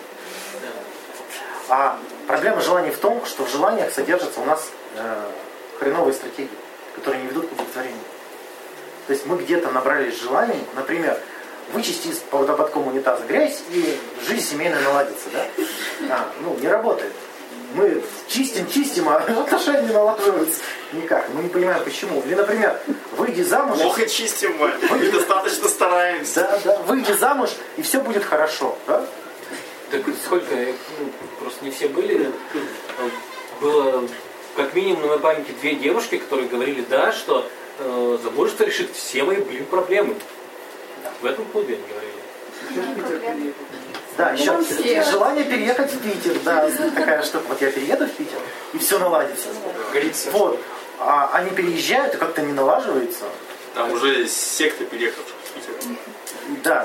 А проблема желаний в том, что в желаниях содержатся у нас хреновые стратегии, которые не ведут к удовлетворению. То есть мы где-то набрались желаний, например, вычисти под ободком унитаза грязь, и жизнь семейная наладится, да? Не работает. Мы чистим, а отношения не налаживаются никак. Мы не понимаем, почему. Или, например, выйди замуж... Плохо чистим, Вань. Недостаточно стараемся. Да, выйди замуж, и все будет хорошо, да? Так сколько, просто не все были, было как минимум на моей памяти 2 девушки, которые говорили, да, что замужество решит все мои, проблемы. В этом клубе они говорили. Да, еще желание переехать в Питер, да, такая штука. Вот я перееду в Питер, и все наладится. Вот. А они переезжают, и как-то не налаживается. Там уже секта переехавших в Питер. Да.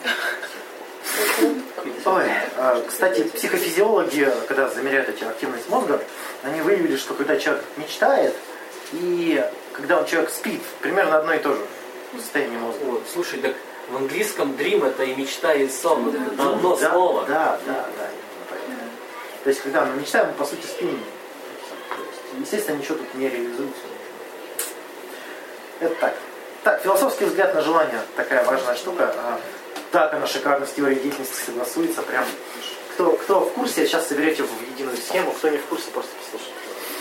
Ой, кстати, психофизиологи, когда замеряют эти активность мозга, они выявили, что когда человек мечтает, и когда человек спит, примерно одно и то же состояние мозга. Вот, слушай, так в английском dream это и мечта, и сон, это одно слово. Да, именно поэтому. То есть, когда мы мечтаем, мы по сути спим. Естественно, ничего тут не реализуется. Это так. Так, философский взгляд на желание, такая важная штука. Так она шикарно с теорией деятельности согласуется. Прям. Кто в курсе, сейчас соберете в единую схему. Кто не в курсе, просто послушайте.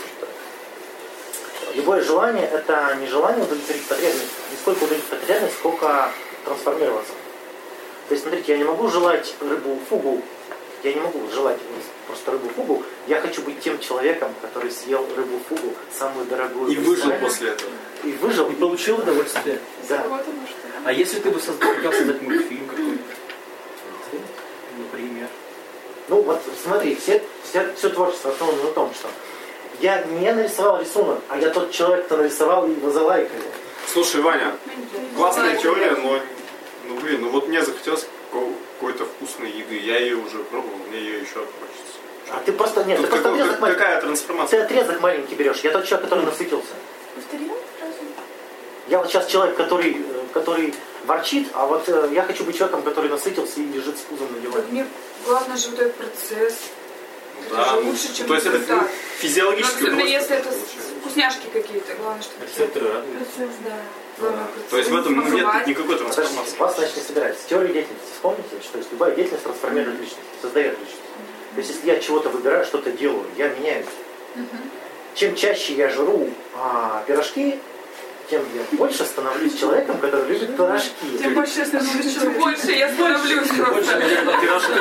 Любое желание — это не желание удовлетворить потребность, не сколько удовлетворить потребность, сколько трансформироваться. То есть, смотрите, я не могу желать рыбу-фугу, я не могу желать просто рыбу-фугу, я хочу быть тем человеком, который съел рыбу-фугу, самую дорогую. И выжил после этого. И выжил. И получил удовольствие. Да. А если ты бы хотел создать мультфильм какой-нибудь? Например. Ну вот смотри, все творчество основано на том, что я не нарисовал рисунок, а я тот человек, кто нарисовал и его залайкали. Слушай, Ваня, классная теория, но вот мне захотелось какой-то вкусной еды. еды. Я ее уже пробовал, мне ее еще хочется. А ты просто, нет, Тут ты просто отрезок маленький. какая трансформация? Ты отрезок маленький берешь. Я тот человек, который насытился. Повторил? Я вот сейчас человек, который ворчит, а вот я хочу быть человеком, который насытился и лежит с пузом на диване. Мне главное же вот этот процесс. Да, Это же лучше, чем то есть это результат. физиологическое Особенно удовольствие если это получается. вкусняшки какие-то. Главное, чтобы Рецепторы радуют. Процесс, да. главное процесс. То есть в этом нет Смаковать. никакой Подождите, трансформации. вас, значит, не собирается. Теория деятельности. Вспомните, что есть любая деятельность трансформирует личность, создает личность. То есть если я чего-то выбираю, что-то делаю, я меняюсь. Чем чаще я жру пирожки, тем я больше становлюсь человеком, который любит пирожки. Тем больше я становлюсь Чем человеком. больше я становлюсь Больше, просто. наверное, пирожков.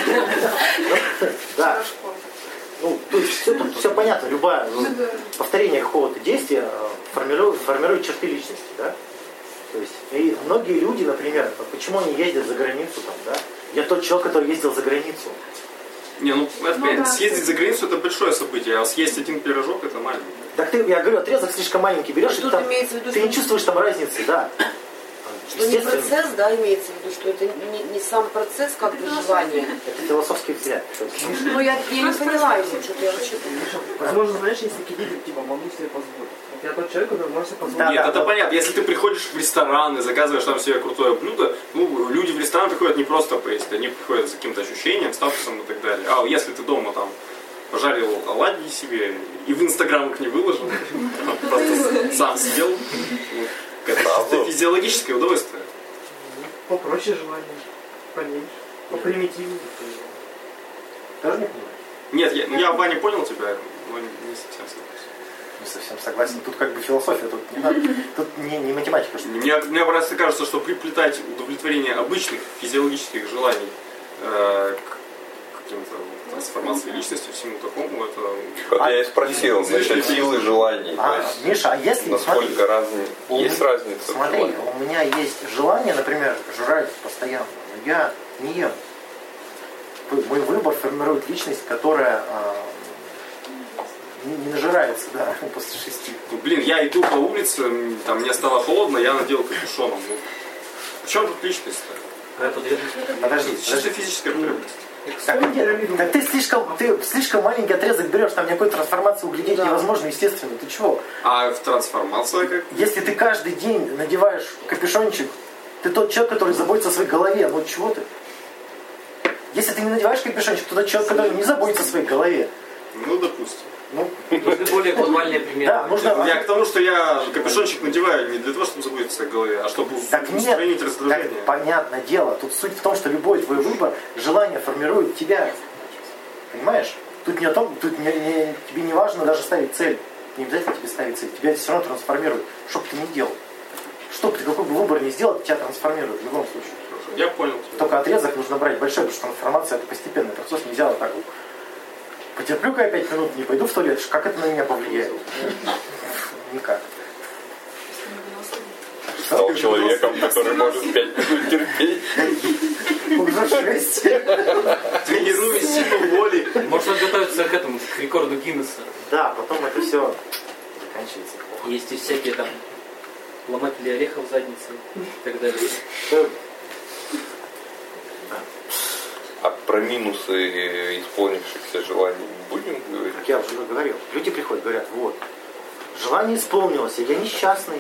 Да. Ну, то есть все понятно, любое повторение какого-то действия формирует черты личности, да? То есть, и многие люди, например, почему они ездят за границу там, да? Я тот человек, который ездил за границу. Не, ну это понятно, да. съездить за границу это большое событие, а съесть один пирожок это маленький. Так я говорю, отрезок слишком маленький берешь, и Тут там, имеется в виду, ты не что- чувствуешь там разницы, да. Что не процесс, да, имеется в виду, что это не сам процесс, как бы желание. Это философский взгляд. Ну, я не поняла его, что-то я вообще... Возможно, знаешь, есть такие люди, типа, могу себе позволить. Вот я тот человек, который может себе позволить. Да, Нет, это да. понятно. Если ты приходишь в ресторан и заказываешь там себе крутое блюдо, ну, люди в ресторан приходят не просто поесть, они приходят за каким-то ощущением, статусом и так далее. А если ты дома там пожарил оладьи себе и в Инстаграм их не выложил, просто сам сидел, это физиологическое удовольствие. Попроще желание, поменьше, попримитивнее. Тоже не понимаешь? Нет, я Ваня понял тебя, но не совсем согласен. Не совсем согласен. Тут как бы философия, тут не надо, тут не математика. Что Мне просто кажется, что приплетать удовлетворение обычных физиологических желаний к каким-то трансформации личности, всему такому, это... Как я и спросил, насчет силы желаний. То есть, Миша, а если... насколько есть разница в Смотри, желании? у меня есть желание, например, жрать постоянно, но я не ем. Мой выбор формирует личность, которая не нажирается, да, после 6. Ну, блин, я иду по улице, там мне стало холодно, я надел капюшоном. Ну, в чем тут личность-то? Подожди. Чисто физическая потребность. Так ты слишком маленький отрезок берешь, там никакой трансформации углядеть невозможно, естественно. Ты чего? А в трансформация как? Если ты каждый день надеваешь капюшончик, ты тот человек, который заботится о своей голове. Вот чего ты? Если ты не надеваешь капюшончик, то тот человек, который не заботится о своей голове. Ну, допустим. Нужны более глобальные примеры. Да, нужно... Я к тому, что я капюшончик надеваю не для того, чтобы заботиться о голове, а чтобы Так нет, устранить так раздражение. понятное дело. Тут суть в том, что любой твой выбор, желание формирует тебя. Понимаешь? Тут не о том, тебе не важно даже ставить цель. Не обязательно тебе ставить цель. Тебя это все равно трансформирует. Что бы ты ни делал. Что бы ты, какой бы выбор ни сделал, тебя трансформирует в любом случае. Я понял тебя. Только отрезок нужно брать большой, потому что трансформация это постепенный процесс. Нельзя вот так вот. Потерплю-ка я 5 минут, не пойду в туалет, как это на меня повлияет? Никак. Стал человеком, который может 5 минут терпеть. Уже 6. Тренируюсь силу воли. Может, он готовится к этому, к рекорду Гиннесса. Да, потом это все заканчивается. Есть и всякие там ломатели орехов в заднице и так далее. А про минусы исполнившихся желаний не будем говорить? Как я уже говорил, люди приходят, говорят, вот, желание исполнилось, а я несчастный.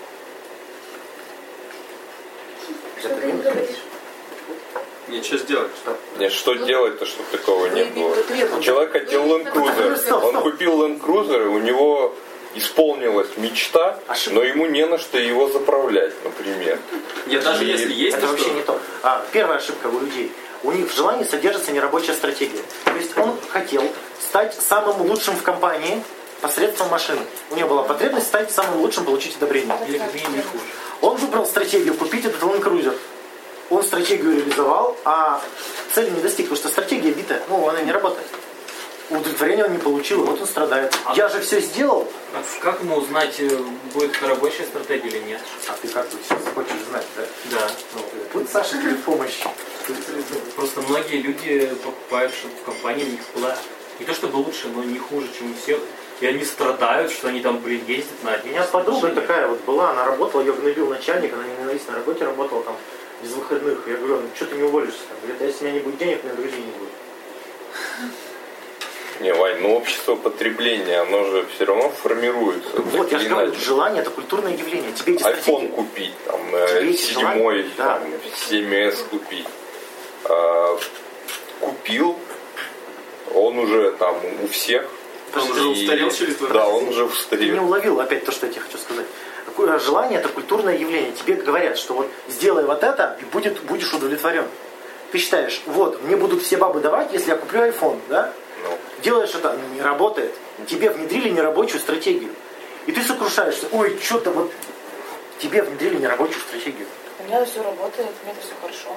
Что ты им говоришь? Нет, что сделать? Нет, что делать-то, чтобы такого не было? требовать. Человек хотел Land Cruiser. Он купил Land Cruiser, и у него исполнилась мечта, но ему не на что его заправлять, например. Нет, даже если есть, Это то вообще что? не то. Первая ошибка у людей. У них в желании содержится нерабочая стратегия. То есть он хотел стать самым лучшим в компании посредством машины. У него была потребность стать самым лучшим, получить одобрение. Или как минимум не хуже. Он выбрал стратегию купить этот Land Cruiser. Он стратегию реализовал, а цели не достиг, потому что стратегия битая, она не работает. Удовлетворения он не получил, вот он страдает. Я же все сделал. А как ему узнать, будет это рабочая стратегия или нет? А ты как тут сейчас хочешь знать, да? Да. Тут Саша тебе в помощь. Просто многие люди покупают, чтобы в компании у них была не то чтобы лучше, но не хуже, чем у всех. И они страдают, что они там, ездят на У меня подруга такая вот была, она работала, ее гнобил начальник, она ненавистно на работе работала там. без выходных. Я говорю, ну что ты не уволишься? Он говорит, а если у меня не будет денег, у меня друзей не будет. Не, Вань, ну общество потребления, оно же все равно формируется. Вот, я же говорю, желание это культурное явление. Тебе эти iPhone купить, там, эти 7, да. там, 7S купить. Купил, он уже там у всех. Он уже устарел через 2 Да, раза. он уже Ты устарел. не уловил опять то, что я тебе хочу сказать. Какое желание это культурное явление. Тебе говорят, что вот сделай вот это и будешь удовлетворен. Ты считаешь, вот, мне будут все бабы давать, если я куплю iPhone, да? Ну. Делаешь это, не работает. Тебе внедрили нерабочую стратегию. И ты сокрушаешься, ой, что-то вот тебе внедрили нерабочую стратегию. У меня все работает, у меня все хорошо.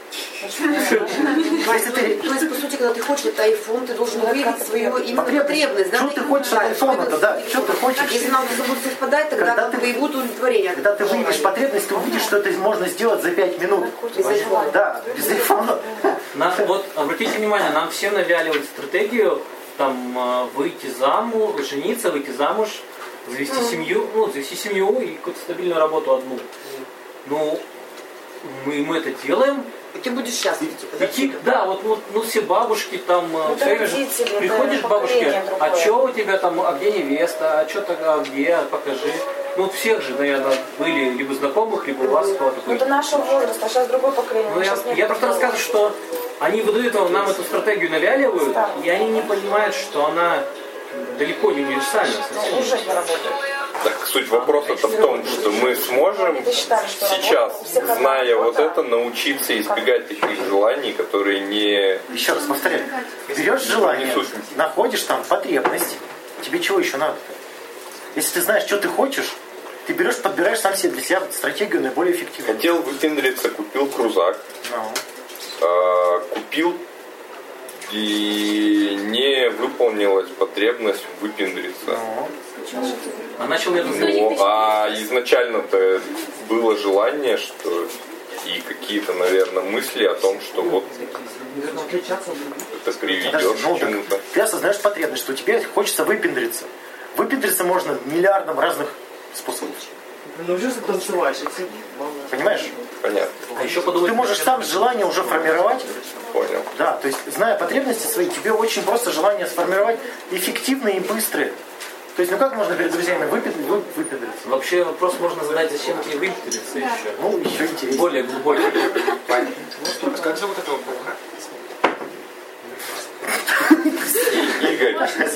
То есть, по сути, когда ты хочешь этот iPhone, ты должен выявить свою именно потребность. Да? Что ты хочешь от iPhone-то, да? Что ты хочешь? Если нам это будет совпадать, тогда как бы и будет удовлетворение. Когда ты выявишь потребность, ты увидишь, что это можно сделать за 5 минут. Без iPhone. Да, без iPhone. Вот обратите внимание, нам всем навяливают стратегию там выйти замуж, жениться, выйти замуж, завести семью и какую-то стабильную работу одну. Ну, мы это делаем. И ты будешь счастлив. Да, ну все бабушки там, все время же приходишь к бабушке, а что у тебя там, а где невеста, а что тогда, где, покажи. Ну, вот всех же, наверное, были либо знакомых, либо у вас кого-то были. Это нашего возраста, а сейчас другое поколение. Ну, я просто рассказываю, что они выдают нам эту стратегию, навяливают, и они не понимают, что она далеко не универсальна совсем. Уже не работает. Так суть вопроса-то в том, что мы сможем сейчас, зная вот это, научиться избегать таких желаний, которые не... Еще раз повторяю. Берешь желание, находишь там потребность. Тебе чего еще надо? Если ты знаешь, что ты хочешь, ты берешь, подбираешь сам себе для себя стратегию наиболее эффективную. Хотел выпендриться, купил крузак. Купил и не выполнилась потребность выпендриться. А начал это а изначально-то было желание, что и какие-то, наверное, мысли о том, что вот это приведет к чему-то. Ты осознаешь потребность, что тебе хочется выпендриться. Выпендриться можно миллиардом разных способов. Научился танцевать. Понимаешь? Понятно. А еще подумать, ты можешь сам желание уже формировать. Понял. Да, то есть, зная потребности свои, тебе очень просто желание сформировать эффективные и быстрые. То есть, ну как можно перед друзьями выпендриться? Вообще вопрос можно задать, зачем тебе выпендриться еще? Ну, еще интереснее. Более глубокий. Как зовут этого паука? Игорь.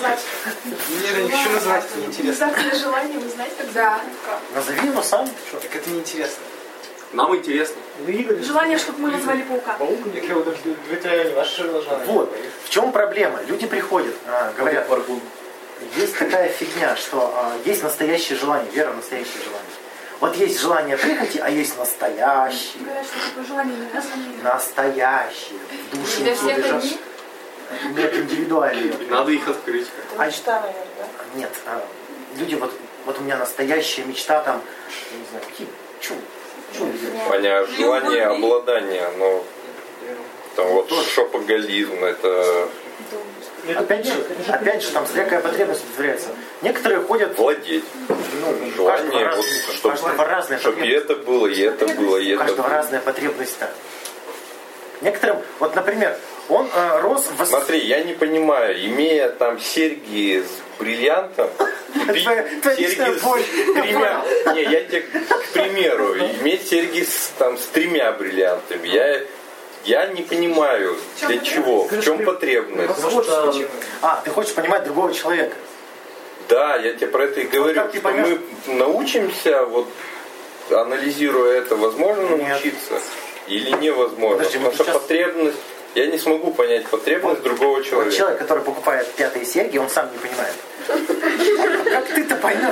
Мне еще назвать это неинтересно. Загадывание желания узнать, как Да. Назови его сам. Так это неинтересно. Нам интересно. Ну, Игорь. Желание, чтобы мы назвали паука. Паук, я его не ваша должна. Вот. В чем проблема? Люди приходят, говорят, есть такая фигня, что есть настоящее желание, вера в настоящее желание. Вот есть желание прихоти, а есть настоящее. Говорят, что такое желание навязанное. Настоящее. В душе Для всех лежат. одни? Нет, индивидуальные. Надо их открыть. Мечта, наверное, да? Нет, люди, вот у меня настоящая мечта там, я не знаю, какие, чего люди? Понятно, желание обладания, но там вот шопоголизм, это Опять же, там всякая потребность удовлетворяется. Некоторые ходят... владеть. Ну, Желание, у каждого разная чтобы и это было, и это было, и У это каждого было. разная потребность. Да. Некоторым, вот, например, он рос в... Смотри, я не понимаю, имея там серьги с бриллиантом, купить твоя серьги личная боль. с 3... Не, я тебе, к примеру, иметь серьги с 3 бриллиантами. Я не понимаю, для чего, в чем потребность. ты хочешь понимать другого человека. Да, я тебе про это и говорю, как ты что поймешь? мы научимся, вот, анализируя это, возможно научиться или невозможно. Подожди, Потому что потребность, я не смогу понять потребность другого человека. Вот человек, который покупает 5-е серьги, он сам не понимает. Как ты-то поймешь?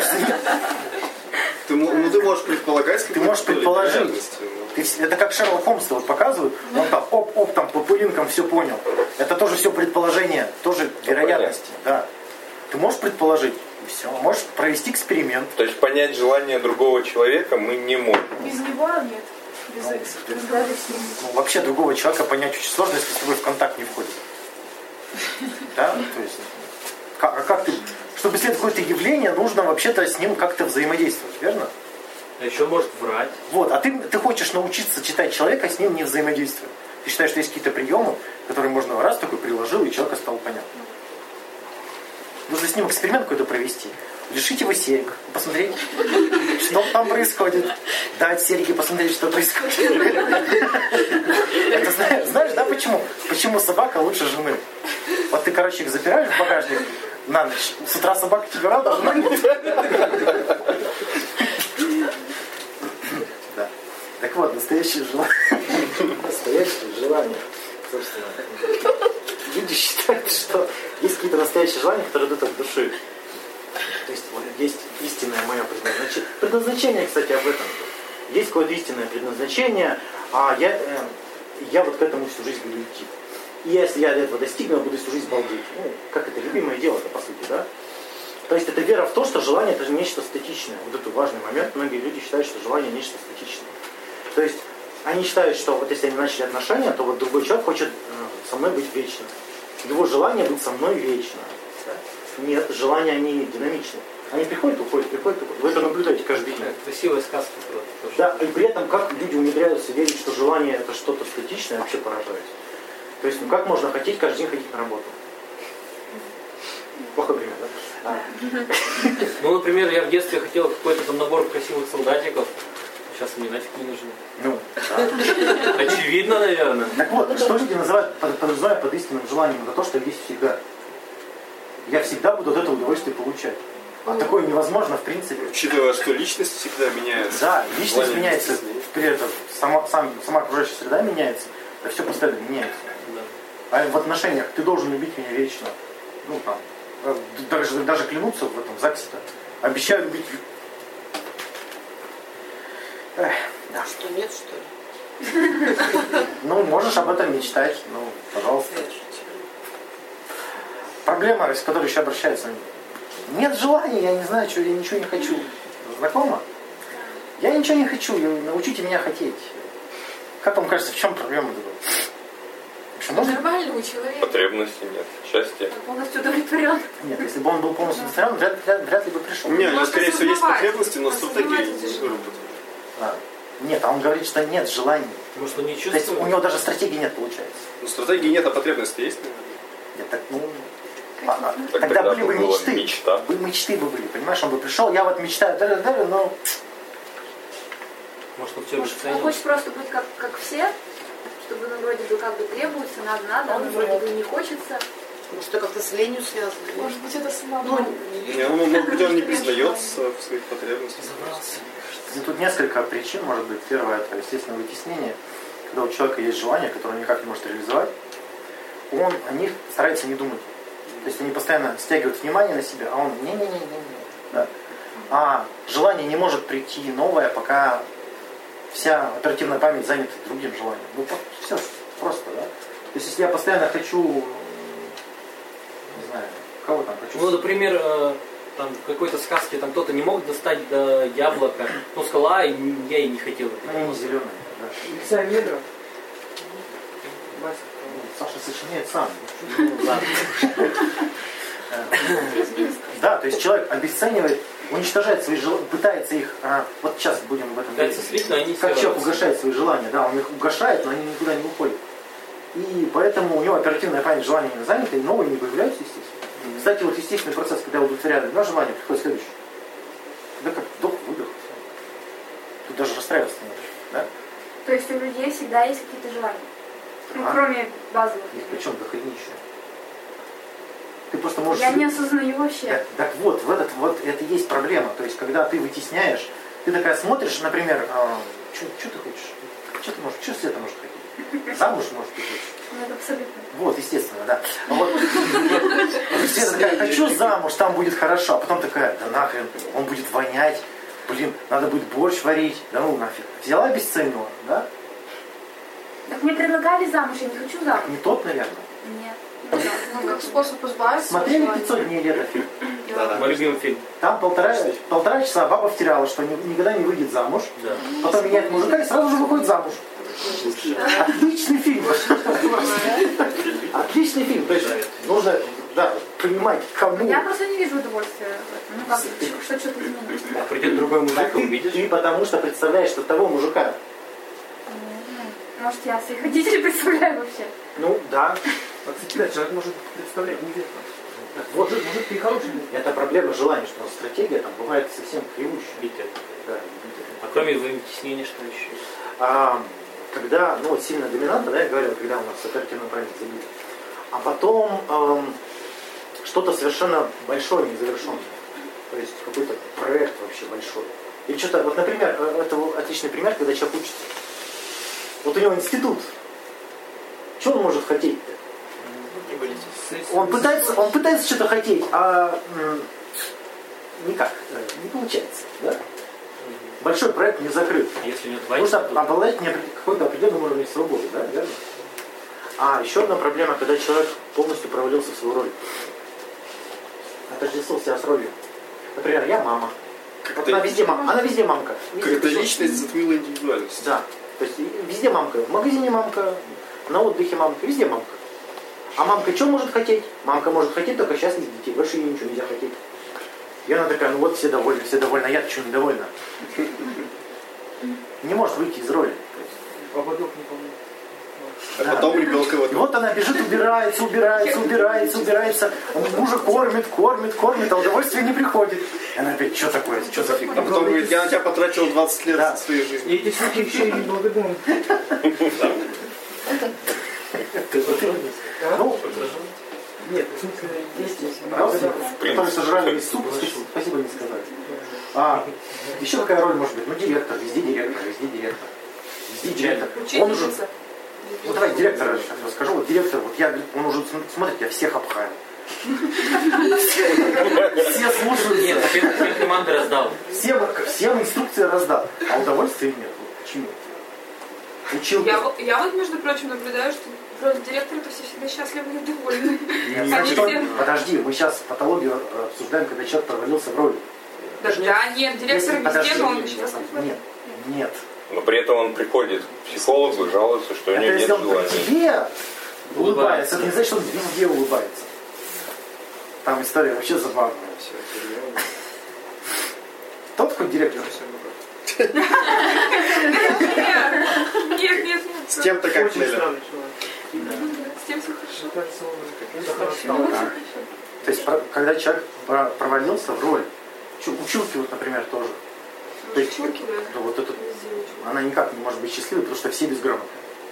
Ты можешь предполагать, Ты можешь предположить. Это как Шерлок Холмс вот показывают, он там оп, там по пылинкам все понял. Это тоже все предположение, тоже вероятности. Да. Ты можешь предположить, и все. Можешь провести эксперимент. То есть понять желание другого человека мы не можем. Без него нет. Без разговора с ним. Ну, вообще другого человека понять очень сложно, если с тобой в контакт не входит. Да? То есть, как ты... Чтобы исследовать какое-то явление, нужно вообще-то с ним как-то взаимодействовать, верно? А еще может врать. Вот, а ты хочешь научиться читать человека, с ним не взаимодействуя. Ты считаешь, что есть какие-то приемы, которые можно раз такой приложил, и человека стало понятно. Нужно с ним эксперимент какой-то провести. Лишить его серег, посмотреть, что там происходит. Дать серьги, посмотреть, что происходит. Это знаешь, да, почему? Почему собака лучше жены? Вот ты, короче, их запираешь в багажник на ночь. С утра собака тебе рада, жена нет. Да. Так вот, настоящее желание. Настоящее желание. Собственно. Люди считают, что есть какие-то настоящие желания, которые идут от души. То есть вот, есть истинное мое предназначение. Предназначение, кстати, об этом. Есть какое-то истинное предназначение, а я вот к этому всю жизнь буду идти. И если я этого достигну, я буду всю жизнь балдеть. Ну, как это любимое дело-то, по сути, да? То есть это вера в то, что желание это же нечто статичное. Вот это важный момент. Многие люди считают, что желание нечто статичное. То есть они считают, что вот если они начали отношения, то вот другой человек хочет со мной быть вечно. Его желание быть со мной вечно. Да? Нет, желания они динамичны. Они приходят, уходят, приходят, уходят. Вы это наблюдаете каждый день. Красивая сказка. Да, и при этом как люди умудряются верить, что желание это что-то статичное, вообще поражает. То есть, ну как можно хотеть каждый день ходить на работу? Плохой пример, да? Ну, например, я в детстве хотел какой-то там набор красивых солдатиков. Сейчас мне нафиг не нужны. Ну, да. Очевидно, наверное. Так вот, что люди называют, подразумевают под истинным желанием? Это то, что есть всегда. Я всегда буду от этого удовольствие получать. А такое невозможно, в принципе. Учитывая, что личность всегда меняется. Да, личность меняется, при этом сама окружающая среда меняется, да все постоянно меняется. Да. А в отношениях ты должен любить меня вечно. Ну там, даже клянуться в этом ЗАГСе-то. Обещаю любить. Эх, да. Что нет, что ли? Ну, можешь об этом мечтать, ну, пожалуйста. Проблема, с которой еще обращаются. Нет желания, я не знаю, что, я ничего не хочу. Знакомо? Я ничего не хочу, научите меня хотеть. Как вам кажется, в чем проблема? Нормально у человека. Потребностей нет, счастья. Полностью удовлетворен. Нет, если бы он был полностью удовлетворен, вряд ли бы пришел. У меня, скорее всего, есть потребности, но стратегии не выработаны. Нет, а он говорит, что нет желаний. Может, он не чувствует? То есть у него даже стратегии нет, получается. Ну, стратегии нет, а потребности есть, наверное? Нет, так, ну... Тогда были бы мечты. Мечта. Мечты бы были, понимаешь? Он бы пришел, я вот мечтаю, но... Может, он он хочет просто быть как все, чтобы ну, вроде бы как бы требуется, надо, но вроде бы не хочется. Может, это как-то с ленью связано? Может быть, это сама. Может быть, он не признается в своих потребностях. Ну, тут несколько причин, может быть. Первое, это, естественно, вытеснение. Когда у человека есть желание, которое он никак не может реализовать, он о них старается не думать. То есть они постоянно стягивают внимание на себя, а он не-не-не-не. Да? А желание не может прийти новое, пока вся оперативная память занята другим желанием. Ну, все просто, да? То есть если я постоянно хочу, не знаю, кого там хочу. Ну, например, там в какой-то сказке там кто-то не мог достать до яблока, ну, скала, и я и не хотел. Они не зеленые, да. Александр. Саша сочиняет сам. Да, то есть человек обесценивает, уничтожает свои желания, пытается их, вот сейчас будем в этом говорить, как человек угошает свои желания, да, он их угошает, но они никуда не уходят. И поэтому у него оперативная память желания не занята, и новые не появляются, естественно. Кстати, вот естественный процесс, когда удовлетворяют одно желание, приходит следующее. Когда как вдох-выдох. Тут даже расстраиваться не надо, да? То есть у людей всегда есть какие-то желания? Ну, кроме базовых. И причем дохренища. Ты просто можешь... Я не осознаю вообще. Так вот, это и есть проблема. То есть, когда ты вытесняешь, ты такая смотришь, например, что ты хочешь? Что Света может хотеть? Замуж может ты хочешь? Ну, это абсолютно. Вот, естественно, да. Вот. Света такая, хочу замуж, там будет хорошо. А потом такая, да нахрен, он будет вонять. Блин, надо будет борщ варить. Да ну нафиг. Взяла и обесценила, да? Так мне предлагали замуж, я не хочу замуж. Не тот, наверное. Нет. Ну, как способ избавиться. Смотрели 500 дней лета фильм? Да. Мой любимый фильм. Там полтора часа баба втеряла, что никогда не выйдет замуж. Да. Потом меняет мужика и сразу же выходит замуж. Отличный фильм. Отличный фильм. То есть нужно, да, понимать, кому. Я просто не вижу удовольствия в этом. Ну как, что что-то изменить. А придет другой мужик, и увидишь. Ты потому что представляешь, что того мужика. Может, я своих родителей представляю вообще. Ну, да. Вот, кстати, да, человек может представлять неверно. Вот, Может, ты хороший. это проблема желания, что у нас стратегия там бывает совсем кривущая. Битер. Да, А кроме взаимотеснения, что еще есть? Когда, ну вот сильно доминанта, да, я говорил, когда у нас оперативная память забита. А потом что-то совершенно большое, незавершенное. То есть какой-то проект вообще большой. Или что-то, вот, например, это отличный пример, когда человек учится. Вот у него институт. Что он может хотеть-то? Он пытается что-то хотеть, а никак, не получается. Да? Большой проект не закрыт. Если нет Нужно обладать какой-то определенным уровнем свободы, да, верно? А еще одна проблема, когда человек полностью провалился в свою роль. Отождествил себя с ролью. Например, я мама. Вот она везде мамка. Как-то личность затмила индивидуальность. Да. То есть везде мамка. В магазине мамка, на отдыхе мамка, везде мамка. А мамка что может хотеть? Мамка может хотеть только счастливых детей. Больше ей ничего нельзя хотеть. И она такая, ну вот все довольны, а я-то что недовольна? Не может выйти из роли. Поводок не помню. А потом ребенка вот. И вот она бежит, убирается. Мужа кормит, а удовольствие не приходит. И она опять, что такое, что за фигня? А потом говорит, я на тебя потратил 20 лет своей жизни. И эти суки еще и не благодарны. Ну, нет, в смысле, есть. которые сожрали весь суп, спасибо не сказали. Еще какая роль может быть? Ну, директор, везде директор. Он уже... Ну, давай директора сейчас расскажу. Вот директор, он уже смотрит, я всех обхаю. Все слушают. Нет, всем команды раздал. Всем инструкции раздал. А удовольствия нет. Почему? Учил. Я вот, между прочим, наблюдаю, что вроде директора то все всегда счастливы и довольны. Подожди, мы сейчас патологию обсуждаем, когда человек провалился в роли. Да, нет, директор везде, но он счастлив. Нет. Но при этом он приходит к психологу и жалуется, что у него нет если он желания. при тебе улыбается, это не значит, что он везде улыбается. Там история вообще забавная. Тот хоть директор? Нет. С тем-то как Очень странный Да, с тем все хорошо. То есть, когда человек провалился в роль, училки вот, например, тоже. То есть, вот это, она никак не может быть счастливой, потому что все безграмотные.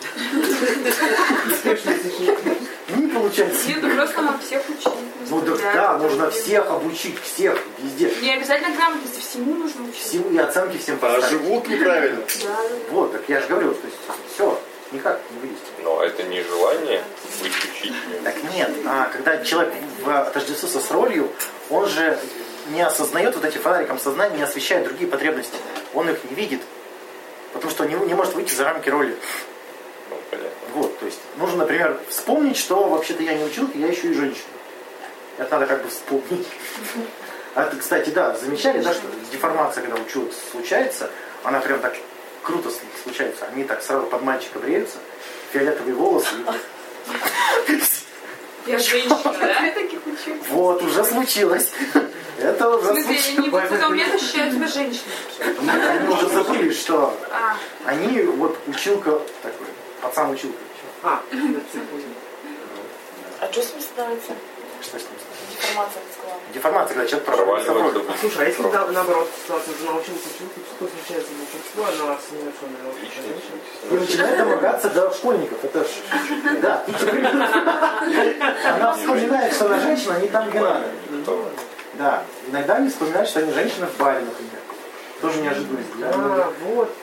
Не получается. Нет, ну просто нам всех учить. Ну да, нужно всех обучить, всех, везде. Не обязательно грамотности, всему нужно учить. Всему и оценки всем А поставить. живут неправильно. Да. Вот, так я же говорю, то есть все, никак не вывести. Но это не желание быть учителем. Так нет, когда человек отождествился с ролью, он же не осознает вот эти фонариком сознания, не освещает другие потребности. Он их не видит, потому что не может выйти за рамки роли. Ну, понятно. Вот, то есть нужно, например, вспомнить, что вообще-то я не училка, я еще и женщина. Это надо как бы вспомнить. А это, кстати, да, замечали, да, что деформация, когда училок случается, она прям так круто случается. Они так сразу под мальчика бреются, фиолетовые волосы. Я женщина, да? Я таких учу. Вот, уже случилось. Это уже В смысле, я не в этот момент ощущаю себя женщиной. Они уже забыли, что они, вот училка такой, пацан-училка. А что с ним становится? Что с ним становится? Деформация, ты сказала. Деформация, когда человек проваливается в роль. Слушай, а если наоборот ситуация, ты научился училку, что случается с большинством, она совершенно И начинает домогаться до школьников. Это ж, да. Она вспоминает, что она женщина, они там, где надо. Да. Иногда они вспоминают, что они женщины в баре, например. Тоже неожиданность. А, вот.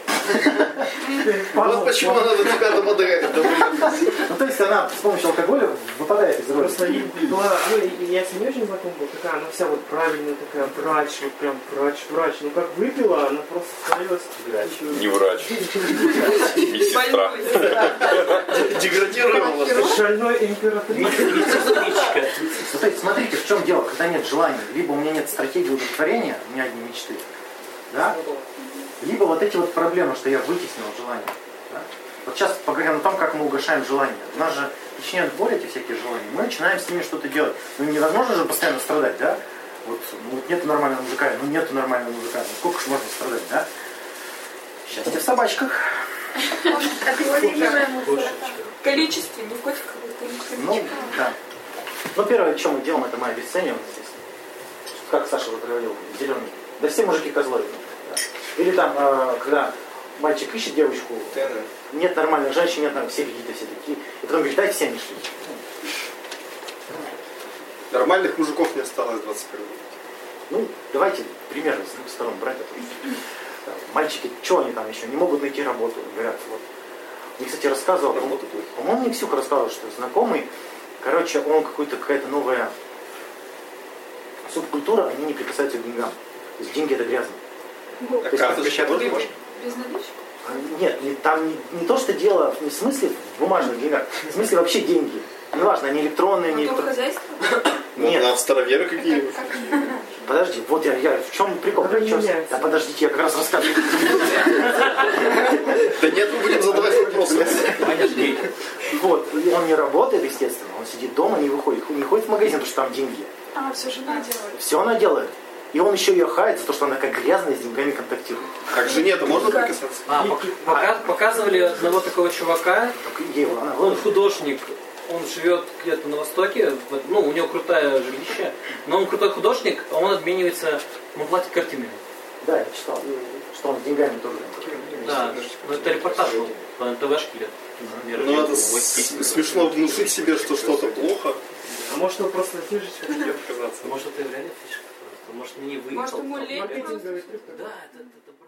Вот почему она до тебя домогает. Ну, то есть она с помощью алкоголя выпадает из роли. Просто была, я с ней очень знаком был, такая, она вся вот правильная, такая врач, вот прям врач. Ну как выпила, она просто становилась... Не врач. Медсестра. Деградировала. Шальной императрица. Ну, то есть смотрите, в чем дело, когда нет желания. Либо у меня нет стратегии удовлетворения, у меня одни мечты. Да? Либо вот эти вот проблемы, что я вытеснил желание. Да? Вот сейчас поговорим о том, как мы угошаем желания. Нас же причиняют боль эти всякие желания. Мы начинаем с ними что-то делать. Ну невозможно же постоянно страдать, да? Вот нету нормального мужика, нету нормального мужика. Ну сколько ж можно страдать, да? Счастье в собачках. Количество, не в котиках, а количество. Ну, да. Ну, первое, что мы делаем, это мы обесцениваем, естественно. Как Саша вот говорил, зеленый. Да все мужики козлы. Да. Или там, когда мальчик ищет девочку, нет нормальных женщин, нет все какие-то все такие. И потом говорит, дайте все они шли. Нормальных мужиков не осталось в 21 веке. Ну, давайте примерно с двух сторон брать это. Мальчики, что они там еще, не могут найти работу, говорят, вот. Мне, кстати, рассказывал, по-моему, мне Ксюха рассказывал, что знакомый, короче, он какая-то новая субкультура, они не прикасаются к деньгам. То есть деньги это грязно. А карточки тоже можно? Без налички? Нет, там не то, что дело, не в смысле в бумажных деньгах, в смысле вообще деньги. Неважно, они электронные, не электронные. Хозяйство? Нет. На староверы какие-нибудь. Подожди, вот я в чем прикол? Да подождите, я как раз рассказываю. Да нет, мы будем задавать вопросы. Вот, и он не работает, естественно, он сидит дома, не выходит, не ходит в магазин, потому что там деньги. Все жена делает. Все она делает. И он еще ее хает за то, что она как грязная с деньгами контактирует. Как жене-то можно прикасаться? Показывали одного такого чувака, он художник, он живет где-то на Востоке, ну, у него крутое жилище, но он крутой художник, а он обменивается, он платит картинами. Да, я читал, что он с деньгами тоже. Да, но это репортаж был по НТВшке. Ну, это смешно внушить себе, что что-то плохо. А может, он просто на фишечках хотел отказаться? Может, это реально фишка просто. Может, не выиграл. Может, ему лень. Маркетинговый трюк. Да, это